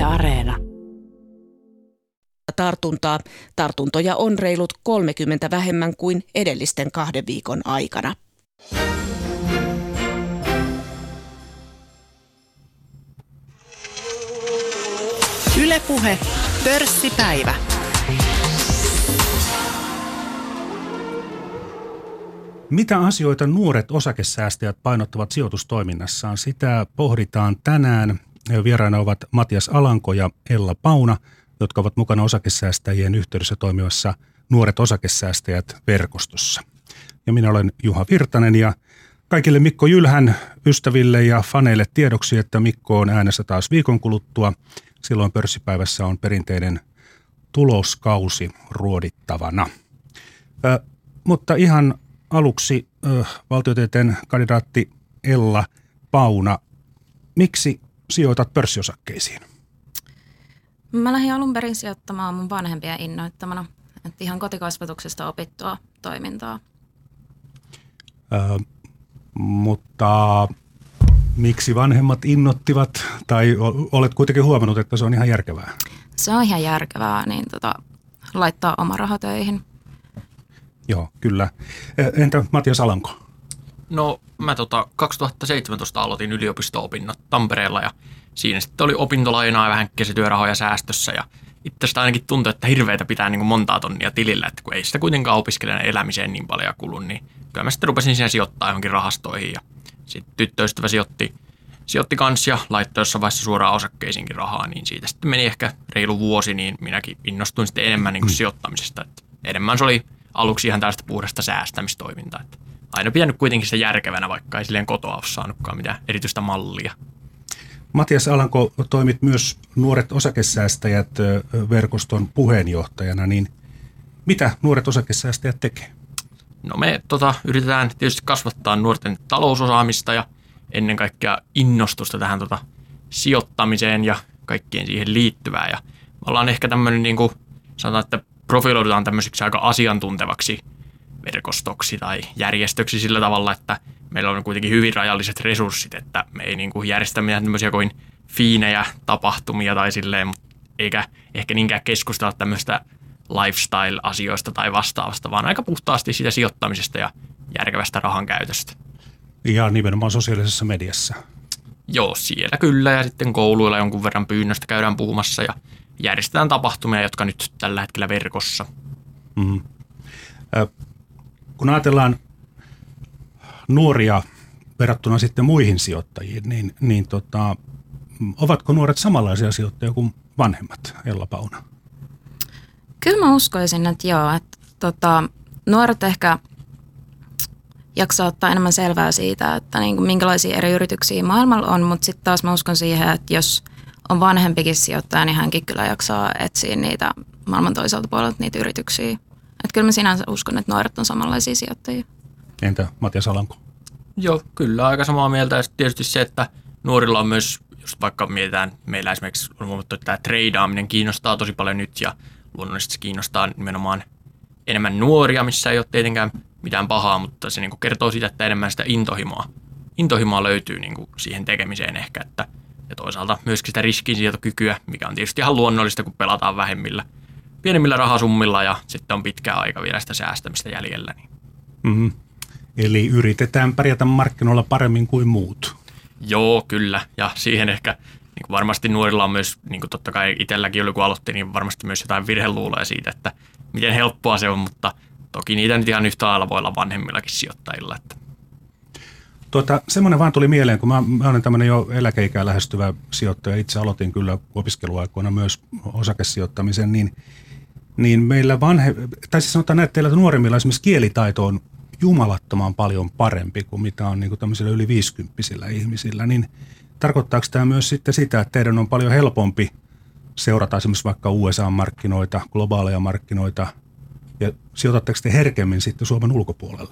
Areena. Tartuntoja on reilut 30 vähemmän kuin edellisten 2 viikon aikana. Yle Puhe. Pörssipäivä. Mitä asioita nuoret osakesäästäjät painottavat sijoitustoiminnassaan? Sitä pohditaan tänään. Vieraina ovat Matias Alanko ja Ella Pauna, jotka ovat mukana osakesäästäjien yhteydessä toimivassa Nuoret osakesäästäjät -verkostossa. Ja minä olen Juha Virtanen ja kaikille Mikko Jylhän ystäville ja faneille tiedoksi, että Mikko on äänessä taas viikon kuluttua. Silloin pörssipäivässä on perinteinen tuloskausi ruodittavana. Mutta ihan aluksi valtiotieteen kandidaatti Ella Pauna, miksi sijoitat pörssiosakkeisiin? Mä lähdin alun perin sijoittamaan mun vanhempien innoittamana, että ihan kotikasvatuksesta opittua toimintaa. Mutta miksi vanhemmat innoittivat, tai olet kuitenkin huomannut, että se on ihan järkevää? Se on ihan järkevää, niin laittaa oma raha töihin. Joo, kyllä. Entä Matias Alanko? No mä 2017 aloitin yliopisto-opinnot Tampereella ja siinä sitten oli opintolainaa ja vähän kesätyörahoja säästössä ja itsestä ainakin tuntui, että hirveätä pitää niin kuin montaa tonnia tilillä, että kun ei sitä kuitenkaan opiskelijan elämiseen niin paljon kulu, niin kyllä mä sitten rupesin siinä sijoittaa johonkin rahastoihin ja sitten tyttöystävä sijoitti kans ja laittoi jossain vaiheessa suoraan osakkeisiinkin rahaa, niin siitä sitten meni ehkä reilu vuosi, niin minäkin innostuin sitten enemmän niin kuin sijoittamisesta. Että enemmän se oli aluksi ihan tällaista puhdasta säästämistoimintaa. Että aina pitänyt kuitenkin sitä järkevänä, vaikka ei silleen kotoa ole saanutkaan mitään erityistä mallia. Matias Alanko, toimit myös Nuoret osakesäästäjät -verkoston puheenjohtajana, niin mitä Nuoret osakesäästäjät tekee? No me yritetään tietysti kasvattaa nuorten talousosaamista ja ennen kaikkea innostusta tähän sijoittamiseen ja kaikkeen siihen liittyvää. Ja me ollaan ehkä tämmöinen, niin kuin sanotaan, että profiloidutaan tämmöisiksi aika asiantuntevaksi verkostoksi tai järjestöksi sillä tavalla, että meillä on kuitenkin hyvin rajalliset resurssit, että me ei niin kuin järjestä mitään tämmöisiä kuin fiinejä tapahtumia tai silleen, eikä ehkä niinkään keskustella tämmöistä lifestyle-asioista tai vastaavasta, vaan aika puhtaasti siitä sijoittamisesta ja järkevästä rahan käytöstä. Ja nimenomaan sosiaalisessa mediassa. Joo, siellä kyllä ja sitten kouluilla jonkun verran pyynnöstä käydään puhumassa ja järjestetään tapahtumia, jotka nyt tällä hetkellä verkossa. Mm-hmm. Kun ajatellaan nuoria verrattuna sitten muihin sijoittajiin, niin ovatko nuoret samanlaisia sijoittajia kuin vanhemmat, Ella Pauna? Kyllä mä uskoisin, että joo. Että nuoret ehkä jaksaa ottaa enemmän selvää siitä, että niin kuin minkälaisia eri yrityksiä maailmalla on, mutta sitten taas mä uskon siihen, että jos on vanhempikin sijoittaja, niin hänkin kyllä jaksaa etsiä niitä maailman toiselta puolelta niitä yrityksiä. Että kyllä mä sinänsä uskon, että nuoret on samanlaisia sijoittajia. Entä Matias Alanko? Joo, kyllä aika samaa mieltä. Ja tietysti se, että nuorilla on myös, just vaikka mietitään, meillä esimerkiksi on huomattu, että tämä treidaaminen kiinnostaa tosi paljon nyt ja luonnollisesti se kiinnostaa nimenomaan enemmän nuoria, missä ei ole tietenkään mitään pahaa, mutta se niin kuin kertoo siitä, että enemmän sitä intohimoa löytyy niin kuin siihen tekemiseen ehkä, että ja toisaalta myöskin sitä riskinsietokykyä, mikä on tietysti ihan luonnollista, kun pelataan pienemmillä rahasummilla ja sitten on pitkä aika vielä sitä säästämistä jäljellä. Niin. Mm-hmm. Eli yritetään pärjätä markkinoilla paremmin kuin muut. Joo, kyllä. Ja siihen ehkä niin kuin varmasti nuorilla on myös, niin kuin totta kai itselläkin oli kun aloitti, niin varmasti myös jotain virheluuloja siitä, että miten helppoa se on, mutta toki niitä nyt ihan yhtä lailla voi olla vanhemmillakin sijoittajilla. Että. Semmoinen vaan tuli mieleen, kun mä olen tämmöinen jo eläkeikää lähestyvä sijoittaja. Itse aloitin kyllä opiskeluaikoina myös osakesijoittamisen, niin meillä tai siis sanotaan näin, että teillä nuoremmilla esimerkiksi kielitaito on jumalattoman paljon parempi kuin mitä on niin kuin tämmöisillä yli 50-vuotiailla ihmisillä, niin tarkoittaako tämä myös sitten sitä, että teidän on paljon helpompi seurata esimerkiksi vaikka USA-markkinoita, globaaleja markkinoita, ja sijoitatteko te herkemmin sitten Suomen ulkopuolelle?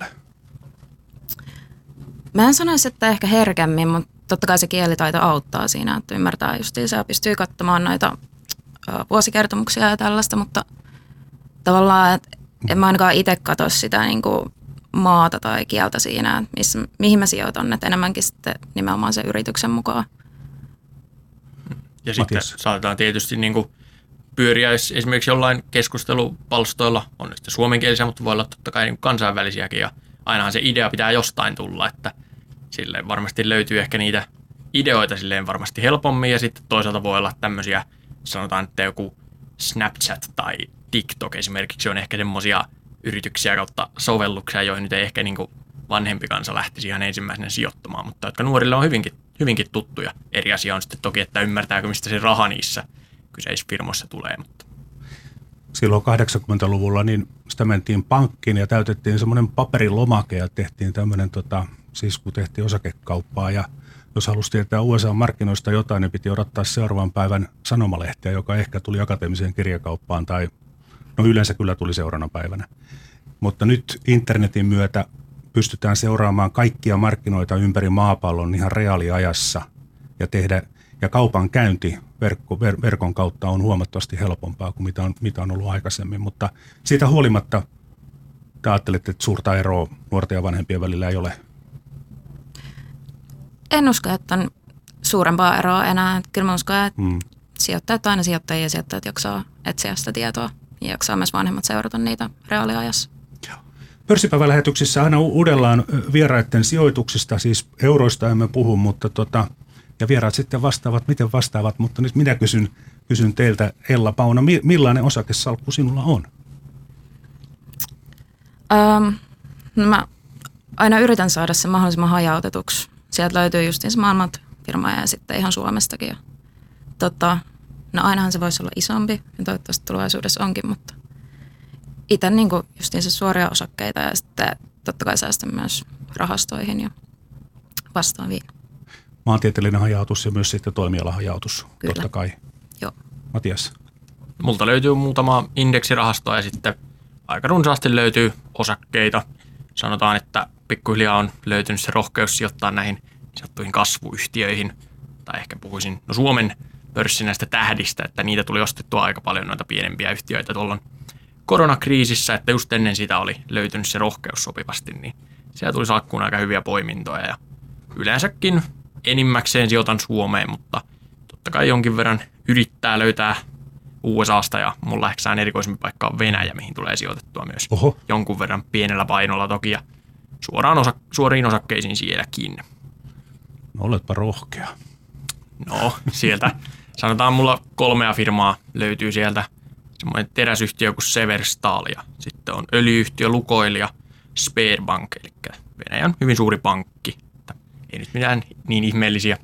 Mä en sanoisi, että ehkä herkemmin, mutta totta kai se kielitaito auttaa siinä, että ymmärtää justiinsa ja pystyy katsomaan noita vuosikertomuksia ja tällaista, mutta tavallaan, että en mä ainakaan itse katso sitä niin kuin maata tai kieltä siinä, mihin mä sijoitan, että enemmänkin sitten nimenomaan sen yrityksen mukaan. Ja sitten saatetaan tietysti niin kuin pyöriä, jos esimerkiksi jollain keskustelupalstoilla on sitten suomenkielisiä, mutta voi olla totta kai niin kansainvälisiäkin. Ja ainahan se idea pitää jostain tulla, että silleen varmasti löytyy ehkä niitä ideoita silleen varmasti helpommin. Ja sitten toisaalta voi olla tämmöisiä, sanotaan, että joku Snapchat tai TikTok esimerkiksi on ehkä semmoisia yrityksiä kautta sovelluksia, joihin nyt ei ehkä niin kuin vanhempi kansa lähtisi ihan ensimmäisenä sijoittamaan, mutta jotka nuorille on hyvinkin tuttuja. Eri asia on sitten toki, että ymmärtääkö mistä se raha niissä kyseisissä firmoissa tulee. Mutta. Silloin 80-luvulla niin sitä mentiin pankkiin ja täytettiin semmoinen paperilomake ja tehtiin tämmöinen, siis kun tehtiin osakekauppaa ja jos halusi tietää USA-markkinoista jotain, niin piti odottaa seuraavan päivän sanomalehtiä, joka ehkä tuli akateemiseen kirjakauppaan tai yleensä kyllä tuli seuraavana päivänä. Mutta nyt internetin myötä pystytään seuraamaan kaikkia markkinoita ympäri maapallon ihan reaaliajassa ja kaupan käynti verkon kautta on huomattavasti helpompaa kuin mitä on ollut aikaisemmin, mutta siitä huolimatta te ajattelette, että suurta eroa nuorten ja vanhempien välillä ei ole? En usko, että on suurempaa eroa enää. Kyllä mä uskon, että sijoittajat aina sijoittajia ja sijoittajat jaksaa etsiä sitä tietoa ja jaksaa myös vanhemmat seurata niitä reaaliajassa. Pörssipäivälähetyksissä aina uudellaan vieraiden sijoituksista, siis euroista emme puhu, mutta ja vieraat sitten vastaavat, miten vastaavat, mutta nyt minä kysyn teiltä, Ella Pauna, millainen osakesalkku sinulla on? No mä aina yritän saada se mahdollisimman hajautetuksi. Sieltä löytyy justiin maailmat firmaa ja sitten ihan Suomestakin. Ja, no ainahan se voisi olla isompi ja toivottavasti tulevaisuudessa onkin, mutta itse niin justiinsa suoria osakkeita ja sitten totta kai säästän myös rahastoihin ja vastaaviin. Maantieteellinen hajautus ja myös sitten toimialahajautus, kyllä. Totta kai. Joo. Matias? Multa löytyy muutama indeksirahastoa ja sitten aika runsaasti löytyy osakkeita. Sanotaan, että pikkuhiljaa on löytynyt se rohkeus sijoittaa näihin sanottuihin kasvuyhtiöihin. Tai ehkä puhuisin Suomen pörssin näistä tähdistä, että niitä tuli ostettua aika paljon noita pienempiä yhtiöitä tuolla koronakriisissä, että just ennen sitä oli löytynyt se rohkeus sopivasti, niin siellä tuli salkkuun aika hyviä poimintoja ja yleensäkin enimmäkseen sijoitan Suomeen, mutta totta kai jonkin verran yrittää löytää USAsta ja mulla ehkä sään erikoisempi paikka on Venäjä, mihin tulee sijoitettua myös jonkun verran pienellä painolla toki ja suoriin osakkeisiin sielläkin. No oletpa rohkea. No sieltä sanotaan mulla 3 firmaa löytyy sieltä. Semmoinen teräsyhtiö kuin Severstal ja sitten on öljyyhtiö Lukoil ja Sberbank, eli Venäjän hyvin suuri pankki. Ei nyt mitään niin ihmeellisiä.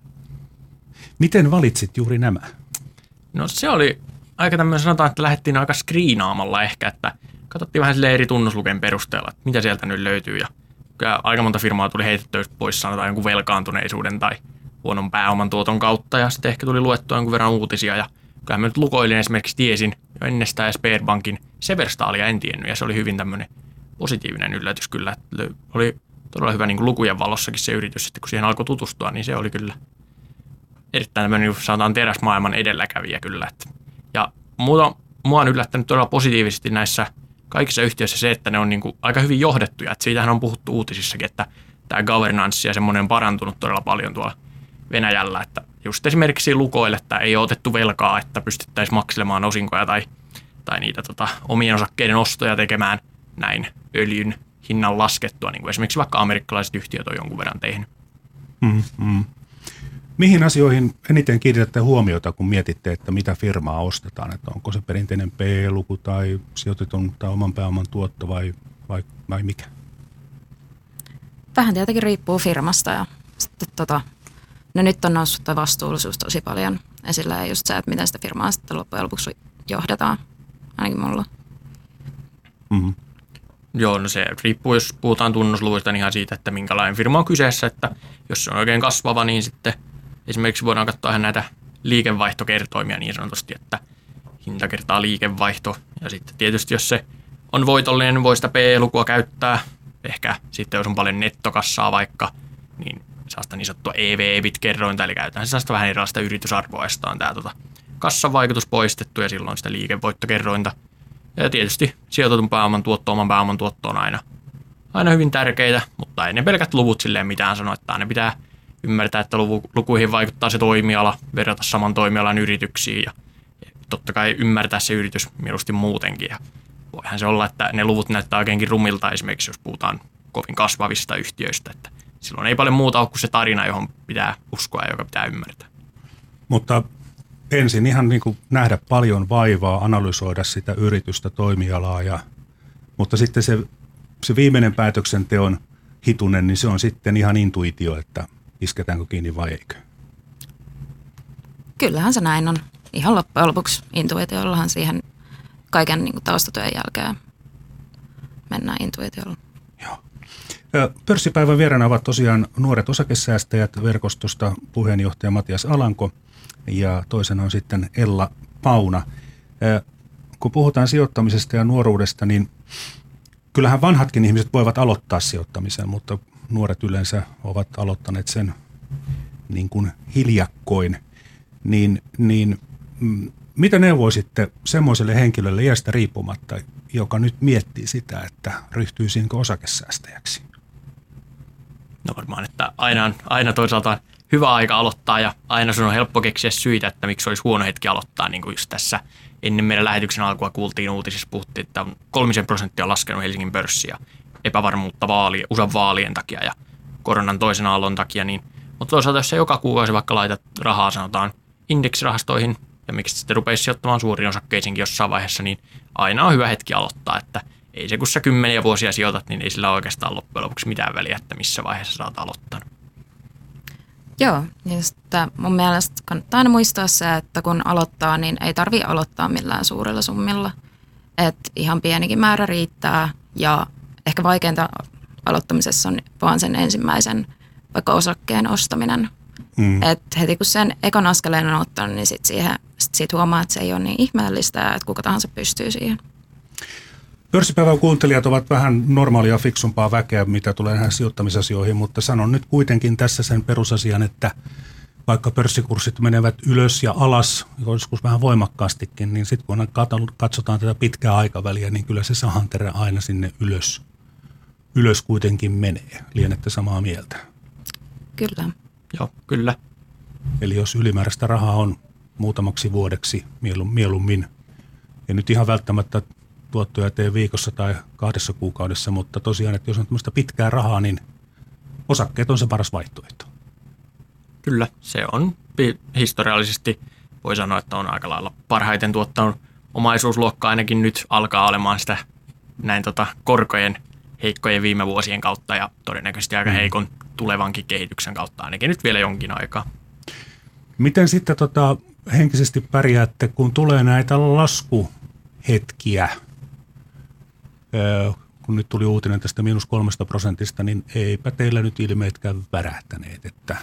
Miten valitsit juuri nämä? No se oli aika tämmöinen, sanotaan, että lähdettiin aika skriinaamalla ehkä, että katsottiin vähän silleen eri tunnusluken perusteella, että mitä sieltä nyt löytyy. Ja kyllä aika monta firmaa tuli heitettyä pois, sanotaan jonkun velkaantuneisuuden tai huonon pääoman tuoton kautta ja sitten ehkä tuli luettua jonkun verran uutisia ja kyllä mä nyt Lukoilin esimerkiksi tiesin jo ennestään ja Sberbankin Severstalia en tiennyt ja se oli hyvin tämmöinen positiivinen yllätys kyllä. Oli todella hyvä niin kuin lukujen valossakin se yritys, että kun siihen alkoi tutustua, niin se oli kyllä erittäin tämmöinen, sanotaan teräsmaailman edelläkävijä kyllä. Ja mua on yllättänyt todella positiivisesti näissä kaikissa yhtiöissä se, että ne on niin kuin aika hyvin johdettuja. Että siitähän on puhuttu uutisissakin, että tämä governance ja semmoinen on parantunut todella paljon tuolla Venäjällä, että just esimerkiksi Lukoille, että ei ole otettu velkaa, että pystyttäisiin makselemaan osinkoja tai niitä omien osakkeiden ostoja tekemään näin öljyn hinnan laskettua, niin kuin esimerkiksi vaikka amerikkalaiset yhtiöt on jonkun verran tehnyt. Mihin asioihin eniten kiinnitätte huomiota, kun mietitte, että mitä firmaa ostetaan? Että onko se perinteinen P-luku tai sijoitetun tai oman pääoman tuotto vai mikä? Vähän tietenkin riippuu firmasta ja sitten no nyt on noussut tuo vastuullisuus tosi paljon esillä ja just se, että miten sitä firmaa sitten loppujen lopuksi johdetaan, ainakin mulla. Mm-hmm. Joo, no se riippuu, jos puhutaan tunnusluvuista, niin ihan siitä, että minkälainen firma on kyseessä, että jos se on oikein kasvava, niin sitten esimerkiksi voidaan katsoa ihan näitä liikevaihtokertoimia niin sanotusti, että hinta kertaa liikevaihto ja sitten tietysti jos se on voitollinen, niin voi sitä P-lukua käyttää, ehkä sitten jos on paljon nettokassaa vaikka, niin saa sitä niin sanottua EV-EBIT-kerrointa, eli käytetään sellaista vähän erilaista yritysarvoa, josta on tämä kassan vaikutus poistettu ja silloin sitä liikevoittokerrointa. Ja tietysti sijoitetun pääoman tuotto, oman pääoman tuotto on aina hyvin tärkeitä, mutta ei ne pelkät luvut silleen mitään sano, että ne pitää ymmärtää, että lukuihin vaikuttaa se toimiala, verrata saman toimialan yrityksiin ja totta kai ymmärtää se yritys mieluusti muutenkin. Ja voihan se olla, että ne luvut näyttää oikeinkin rumilta esimerkiksi, jos puhutaan kovin kasvavista yhtiöistä. Että silloin ei paljon muuta ole kuin se tarina, johon pitää uskoa ja joka pitää ymmärtää. Mutta ensin ihan niin kuin nähdä paljon vaivaa, analysoida sitä yritystä, toimialaa, mutta sitten se viimeinen päätöksenteon hitunen, niin se on sitten ihan intuitio, että isketäänkö kiinni vai eikö. Kyllähän se näin on. Ihan loppujen lopuksi intuitiollahan siihen kaiken niin kuin taustatyön jälkeen mennään intuitiolla. Joo. Pörssipäivän vieraana ovat tosiaan nuoret osakesäästäjät verkostosta puheenjohtaja Matias Alanko ja toisena on sitten Ella Pauna. Kun puhutaan sijoittamisesta ja nuoruudesta, niin kyllähän vanhatkin ihmiset voivat aloittaa sijoittamisen, mutta nuoret yleensä ovat aloittaneet sen niin kuin hiljakkoin. Mitä neuvoisitte semmoiselle henkilölle iästä riippumatta, joka nyt miettii sitä, että ryhtyisinkö osakesäästäjäksi? No varmaan, että aina toisaalta on hyvä aika aloittaa ja aina sun on helppo keksiä syitä, että miksi olisi huono hetki aloittaa. Niin kuin just tässä ennen meidän lähetyksen alkua kuultiin uutisissa, puhuttiin, että 3% on laskenut Helsingin pörssiä epävarmuutta USAn vaalien takia ja koronan toisen aallon takia. Mutta toisaalta, jos sä joka kuukausi vaikka laitat rahaa, sanotaan indeksirahastoihin, ja miksi sitten rupeisi sijoittamaan suuriin osakkeisiinkin jossain vaiheessa, niin aina on hyvä hetki aloittaa, että ei se kun sä 10 vuosia sijoitat, niin ei sillä oikeastaan loppujen lopuksi mitään väliä, että missä vaiheessa sä oot aloittanut. Joo, ja sitten mun mielestä kannattaa aina muistaa se, että kun aloittaa, niin ei tarvitse aloittaa millään suurilla summilla. Että ihan pienikin määrä riittää ja ehkä vaikeinta aloittamisessa on vaan sen ensimmäisen vaikka osakkeen ostaminen. Että heti kun sen ekan askeleen on ottanut, niin sit huomaa, että se ei ole niin ihmeellistä ja että kuka tahansa pystyy siihen. Pörssipäivän kuuntelijat ovat vähän normaalia fiksumpaa väkeä, mitä tulee näihin sijoittamisasioihin, mutta sanon nyt kuitenkin tässä sen perusasian, että vaikka pörssikurssit menevät ylös ja alas, joskus vähän voimakkaastikin, niin sitten kun katsotaan tätä pitkää aikaväliä, niin kyllä se sahanterä aina sinne ylös kuitenkin menee. Lienette samaa mieltä? Kyllä. Joo, kyllä. Eli jos ylimääräistä rahaa on muutamaksi vuodeksi mieluummin, ja nyt ihan välttämättä tuottoja tee viikossa tai 2 kuukaudessa, mutta tosiaan, että jos on tämmöistä pitkää rahaa, niin osakkeet on se paras vaihtoehto. Kyllä, se on historiallisesti, voi sanoa, että on aika lailla parhaiten tuottanut omaisuusluokka ainakin nyt alkaa olemaan sitä näin korkojen heikkojen viime vuosien kautta ja todennäköisesti aika heikon tulevankin kehityksen kautta ainakin nyt vielä jonkin aikaa. Miten sitten henkisesti pärjäätte, kun tulee näitä laskuhetkiä? Kun nyt tuli uutinen tästä -3%, niin eipä teillä nyt ilmeetkään värähtäneet, että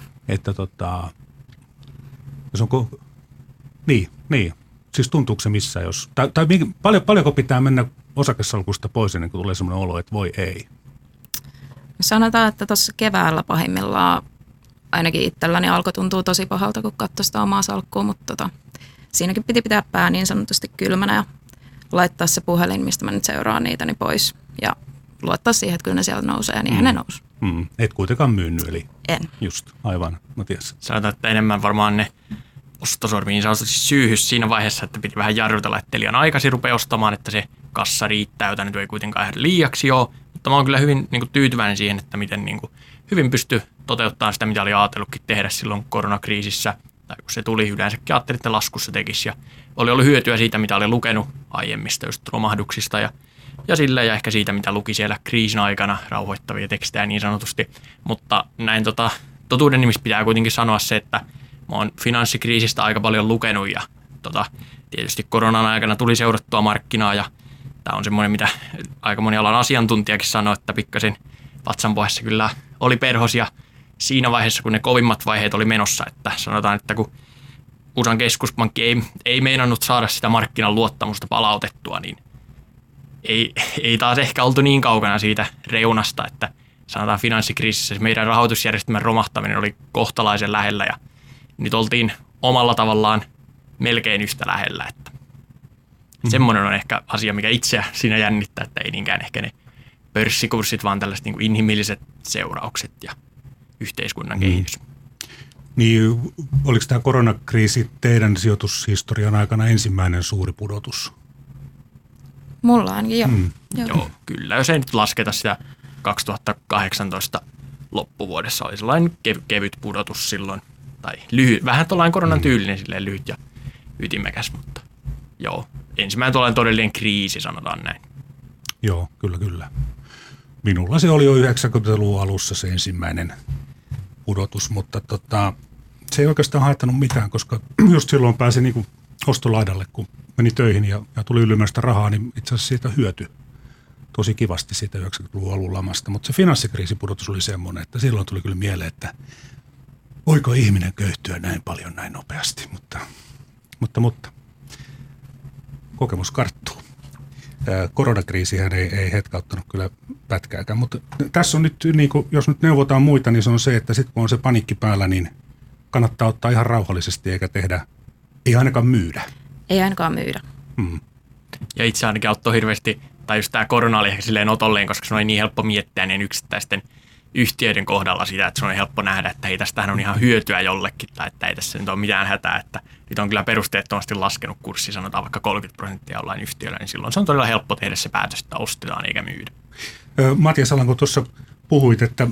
jos onko, niin, siis tuntuuko se missä, jos, tai paljonko pitää mennä osakesalkusta pois ennen kuin tulee sellainen olo, että voi ei? Sanotaan, että tuossa keväällä pahimmillaan ainakin itselläni alkoi tuntua tosi pahalta, kun katsoi sitä omaa salkkua, mutta siinäkin piti pitää pää niin sanotusti kylmänä ja laittaa se puhelin, mistä mä nyt seuraan niitä, niin pois ja luottaa siihen, että kyllä ne sieltä nousee, niin ne nousi. Et kuitenkaan myynyt, eli en. Just, aivan, Matias. Sanotaan, että enemmän varmaan ne ostosormiin sanotusti syyhys siinä vaiheessa, että piti vähän jarrutella, että liian aikaisin rupeaa ostamaan, että se kassa riittää, jota nyt ei kuitenkaan ihan liiaksi ole. Mutta mä oon kyllä hyvin tyytyväinen siihen, että miten hyvin pystyi toteuttamaan sitä, mitä oli ajatellutkin tehdä silloin koronakriisissä. Tai kun se tuli, yleensäkin ajattelin, että laskussa tekisi. Ja oli ollut hyötyä siitä, mitä oli lukenut aiemmista just romahduksista ja silleen, ja ehkä siitä, mitä luki siellä kriisin aikana, rauhoittavia tekstejä niin sanotusti. Mutta näin totuuden nimissä pitää kuitenkin sanoa se, että mä oon finanssikriisistä aika paljon lukenut ja tietysti koronan aikana tuli seurattua markkinaa ja tämä on semmoinen, mitä aika moni alan asiantuntijakin sanoi, että pikkasen vatsanpohjassa kyllä oli perhos ja siinä vaiheessa, kun ne kovimmat vaiheet oli menossa, että sanotaan, että kun USAn keskuspankki ei meinannut saada sitä markkinan luottamusta palautettua, niin ei taas ehkä oltu niin kaukana siitä reunasta, että sanotaan finanssikriisissä meidän rahoitusjärjestelmän romahtaminen oli kohtalaisen lähellä ja nyt oltiin omalla tavallaan melkein yhtä lähellä. Että semmoinen on ehkä asia, mikä itseä siinä jännittää, että ei niinkään ehkä ne pörssikurssit, vaan tällaiset inhimilliset seuraukset ja yhteiskunnan kehitys. Niin, oliko tämä koronakriisi teidän sijoitushistorian aikana ensimmäinen suuri pudotus? Mulla ainakin joo. Joo, kyllä. Jos ei nyt lasketa sitä 2018 loppuvuodessa, oli sellainen kevyt pudotus silloin. Tai lyhyt, vähän tuollainen koronan tyylinen, silleen lyhyt ja ytimekäs, mutta joo. Ensimmäinen tuollainen todellinen kriisi, sanotaan näin. Joo, kyllä. Minulla se oli jo 90-luvun alussa se ensimmäinen pudotus, mutta se ei oikeastaan haittanut mitään, koska just silloin pääsi niinku ostolaidalle, kun meni töihin ja tuli ylimääräistä rahaa, niin itse asiassa siitä hyötyi tosi kivasti siitä 90-luvun alun lamasta. Mutta se finanssikriisipudotus oli semmoinen, että silloin tuli kyllä mieleen, että voiko ihminen köyhtyä näin paljon näin nopeasti, mutta kokemus karttuu. Koronakriisihän ei hetkauttanut kyllä pätkääkään, mutta tässä on nyt, niin kuin, jos nyt neuvotaan muita, niin se on se, että sitten kun on se panikki päällä, niin kannattaa ottaa ihan rauhallisesti eikä tehdä, ei ainakaan myydä. Ei ainakaan myydä. Ja itse ainakin auttoi hirveästi, tai just tämä korona oli ehkä silleen otolleen, koska se oli niin helppo miettiä niin yksittäisten yhtiöiden kohdalla sitä, että se on helppo nähdä, että hei, tästähän on ihan hyötyä jollekin, tai että ei tässä nyt ole mitään hätää, että nyt on kyllä perusteettomasti laskenut kurssi, sanotaan vaikka 30% jollain yhtiöllä, niin silloin se on todella helppo tehdä se päätös, että ostetaan eikä myydä. Matias Alanko, tuossa puhuit, että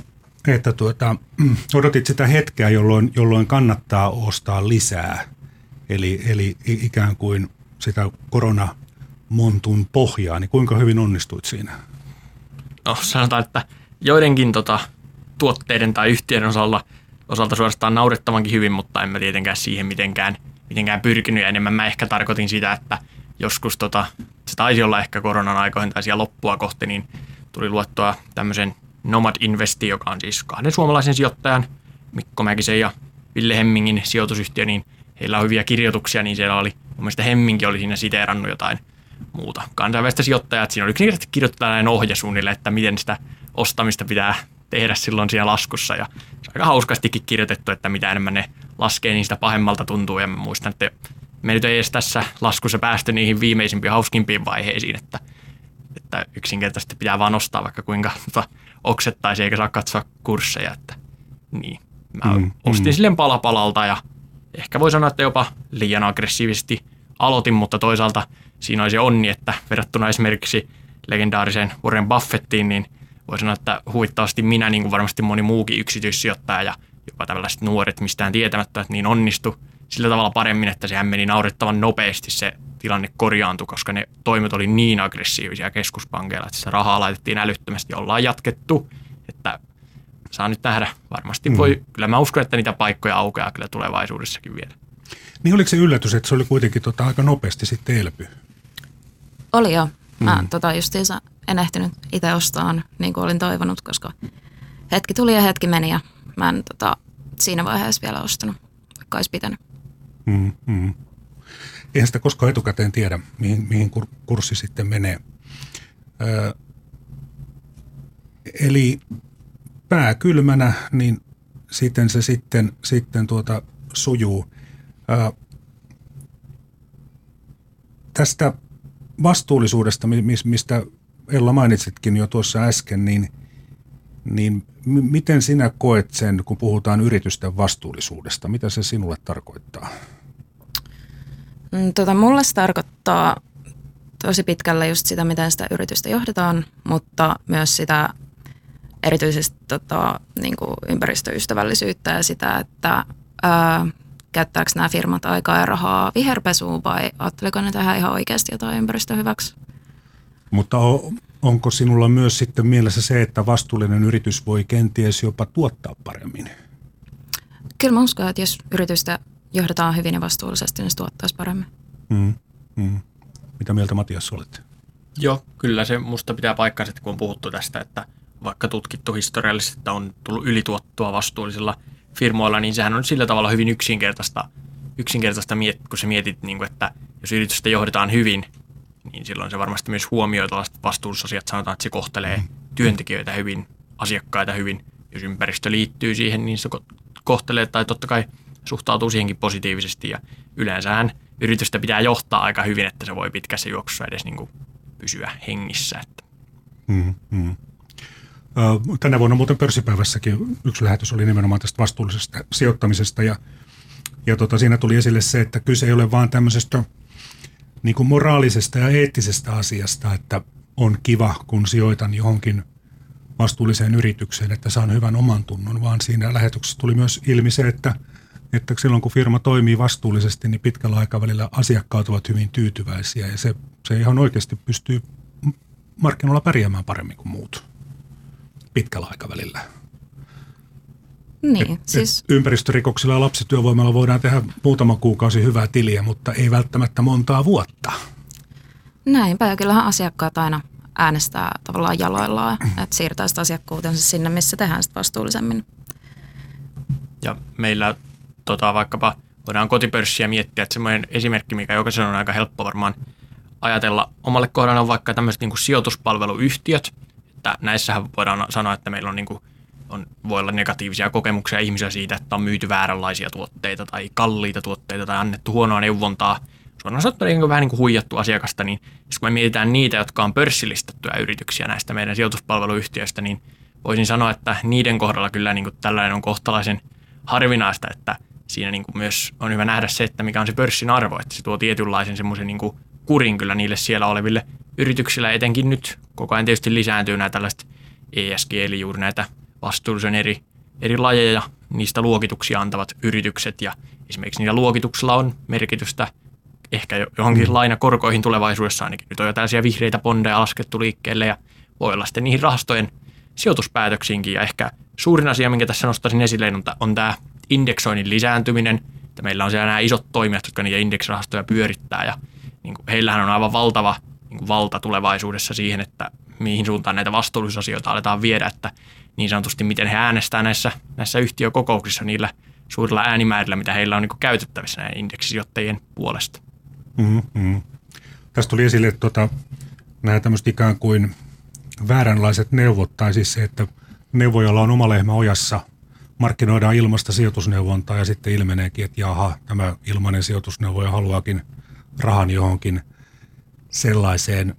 odotit sitä hetkeä, jolloin kannattaa ostaa lisää, eli ikään kuin sitä koronamontun pohjaa, niin kuinka hyvin onnistuit siinä? No sanotaan, että joidenkin tuotteiden tai yhtiöiden osalta suorastaan naurettavankin hyvin, mutta en mä tietenkään siihen mitenkään pyrkinyt. Ja enemmän mä ehkä tarkoitin sitä, että joskus se taisi olla ehkä koronan aikoihin tai siellä loppua kohti, niin tuli luettua tämmöisen Nomad Investi, joka on siis 2 suomalaisen sijoittajan, Mikko Mäkisen ja Ville Hemmingin sijoitusyhtiö, niin heillä on hyviä kirjoituksia, niin siellä oli, mun mielestä Hemminki oli siinä siteerannut jotain muuta kansainvälistä sijoittajaa. Siinä oli yksinkertaisesti kirjoittu tällainen ohje suunnille, että miten sitä ostamista pitää tehdä silloin siellä laskussa. Ja se on aika hauskastikin kirjoitettu, että mitä enemmän ne laskee, niin sitä pahemmalta tuntuu. Ja mä muistan, että me nyt ei edes tässä laskussa päästy niihin viimeisimpiin hauskimpiin vaiheisiin, että yksinkertaisesti pitää vaan nostaa vaikka kuinka oksettaisi eikä saa katsoa kursseja. Että, niin. Mä ostin silleen pala palalta ja ehkä voi sanoa, että jopa liian aggressiivisesti aloitin, mutta toisaalta siinä oli se onni, että verrattuna esimerkiksi legendaariseen Warren Buffettiin, niin voi sanoa, että huvittavasti minä, niin kuin varmasti moni muukin yksityissijoittaja ja jopa tällaiset nuoret mistään tietämättä, että niin onnistui sillä tavalla paremmin, että sehän meni naurettavan nopeasti se tilanne korjaantui, koska ne toimet oli niin aggressiivisia keskuspankeilla, että se rahaa laitettiin älyttömästi ja ollaan jatkettu, että saa nyt nähdä. Varmasti voi, kyllä mä uskon, että niitä paikkoja aukeaa kyllä tulevaisuudessakin vielä. Niin oliko se yllätys, että se oli kuitenkin aika nopeasti sitten elpy? Oli jo. Mä justiinsa en ehtinyt itse ostamaan niin kuin olin toivonut, koska hetki tuli ja hetki meni ja mä en siinä vaiheessa vielä ostanut, vaikka olisi pitänyt. Eihän sitä koskaan etukäteen tiedä, mihin kurssi sitten menee. Eli pää kylmänä, niin sitten se sitten sujuu. Tästä vastuullisuudesta, mistä Ella mainitsitkin jo tuossa äsken, niin miten sinä koet sen, kun puhutaan yritysten vastuullisuudesta? Mitä se sinulle tarkoittaa? Mulle se tarkoittaa tosi pitkälle just sitä, miten sitä yritystä johdetaan, mutta myös sitä erityisesti niin kuin ympäristöystävällisyyttä ja sitä, että käyttääkö nämä firmat aikaa ja rahaa viherpesuun vai ajatteliko ne tehdä ihan oikeasti jotain ympäristön hyväksi? Mutta onko sinulla myös sitten mielessä se, että vastuullinen yritys voi kenties jopa tuottaa paremmin? Kyllä mä uskon, että jos yritystä johdetaan hyvin ja vastuullisesti, niin se tuottaisi paremmin. Mitä mieltä Matias olet? Joo, kyllä se musta pitää paikkansa, että kun on puhuttu tästä, että vaikka tutkittu historiallisesti, että on tullut ylituottoa vastuullisilla firmoilla, niin sehän on sillä tavalla hyvin yksinkertaista kun sä mietit, että jos yritystä johdetaan hyvin, niin silloin se varmasti myös huomioi tällaiset vastuullisuusasiat. Sanotaan, että se kohtelee työntekijöitä hyvin, asiakkaita hyvin. Jos ympäristö liittyy siihen, niin se kohtelee tai totta kai suhtautuu siihenkin positiivisesti. Ja yleensähän yritystä pitää johtaa aika hyvin, että se voi pitkässä juoksussa edes niin kuin pysyä hengissä. Tänä vuonna muuten pörssipäivässäkin yksi lähetys oli nimenomaan tästä vastuullisesta sijoittamisesta ja siinä tuli esille se, että kyse ei ole vaan tämmöisestä niin kuin moraalisesta ja eettisestä asiasta, että on kiva, kun sijoitan johonkin vastuulliseen yritykseen, että saan hyvän oman tunnon, vaan siinä lähetyksessä tuli myös ilmi se, että silloin kun firma toimii vastuullisesti, niin pitkällä aikavälillä asiakkaat ovat hyvin tyytyväisiä ja se ihan oikeasti pystyy markkinoilla pärjäämään paremmin kuin muut pitkällä aikavälillä. Niin, siis Ympäristörikoksilla ja lapsityövoimalla voidaan tehdä muutama kuukausi hyvää tiliä, mutta ei välttämättä montaa vuotta. näinpä, ja kyllähän asiakkaat aina äänestää tavallaan jaloillaan, että siirtää sitä asiakkuutensa sinne, missä tehdään sitä vastuullisemmin. Ja meillä vaikkapa voidaan kotipörssiä miettiä, että semmoinen esimerkki, mikä jokaisen on aika helppo varmaan ajatella omalle kohdalle, on vaikka tämmöiset niin kuin sijoituspalveluyhtiöt. Että näissähän voidaan sanoa, että meillä voi olla negatiivisia kokemuksia ihmisiä siitä, että on myyty vääränlaisia tuotteita tai kalliita tuotteita tai annettu huonoa neuvontaa. Suoraan sanottuna vähän niin kuin huijattu asiakasta, niin jos me mietitään niitä, jotka on pörssilistattuja yrityksiä näistä meidän sijoituspalveluyhtiöistä, niin voisin sanoa, että niiden kohdalla kyllä niin kuin tällainen on kohtalaisen harvinaista, että siinä niin kuin myös on hyvä nähdä se, että mikä on se pörssin arvo, että se tuo tietynlaisen semmoisen niin kuin kurin kyllä niille siellä oleville yrityksillä, etenkin nyt koko ajan tietysti lisääntyy nämä tällaiset ESG, eli juuri näitä vastuullisen eri lajeja, niistä luokituksia antavat yritykset, ja esimerkiksi niillä luokituksilla on merkitystä ehkä johonkin lainakorkoihin tulevaisuudessa ainakin. Nyt on jo tällaisia vihreitä bondeja laskettu liikkeelle, ja voi olla sitten niihin rahastojen sijoituspäätöksiinkin, ja ehkä suurin asia, minkä tässä nostaisin esille, on tämä indeksoinnin lisääntyminen, että meillä on siellä nämä isot toimijat, jotka niitä indeksirahastoja pyörittää, ja niin kuin heillähän on aivan valtava niin kuin valta tulevaisuudessa siihen, että mihin suuntaan näitä vastuullisuusasioita aletaan viedä, että niin sanotusti miten he äänestää näissä yhtiökokouksissa niillä suurilla äänimäärillä, mitä heillä on niin kuin käytettävissä näiden indeksisijoittajien puolesta. Mm-hmm. Tästä tuli esille nämä tämmöiset ikään kuin vääränlaiset neuvot, tai siis se, että neuvojalla on oma lehmä ojassa, markkinoidaan ilmaista sijoitusneuvontaa ja sitten ilmeneekin, että jaha, tämä ilmainen sijoitusneuvoja haluaakin rahan johonkin sellaiseen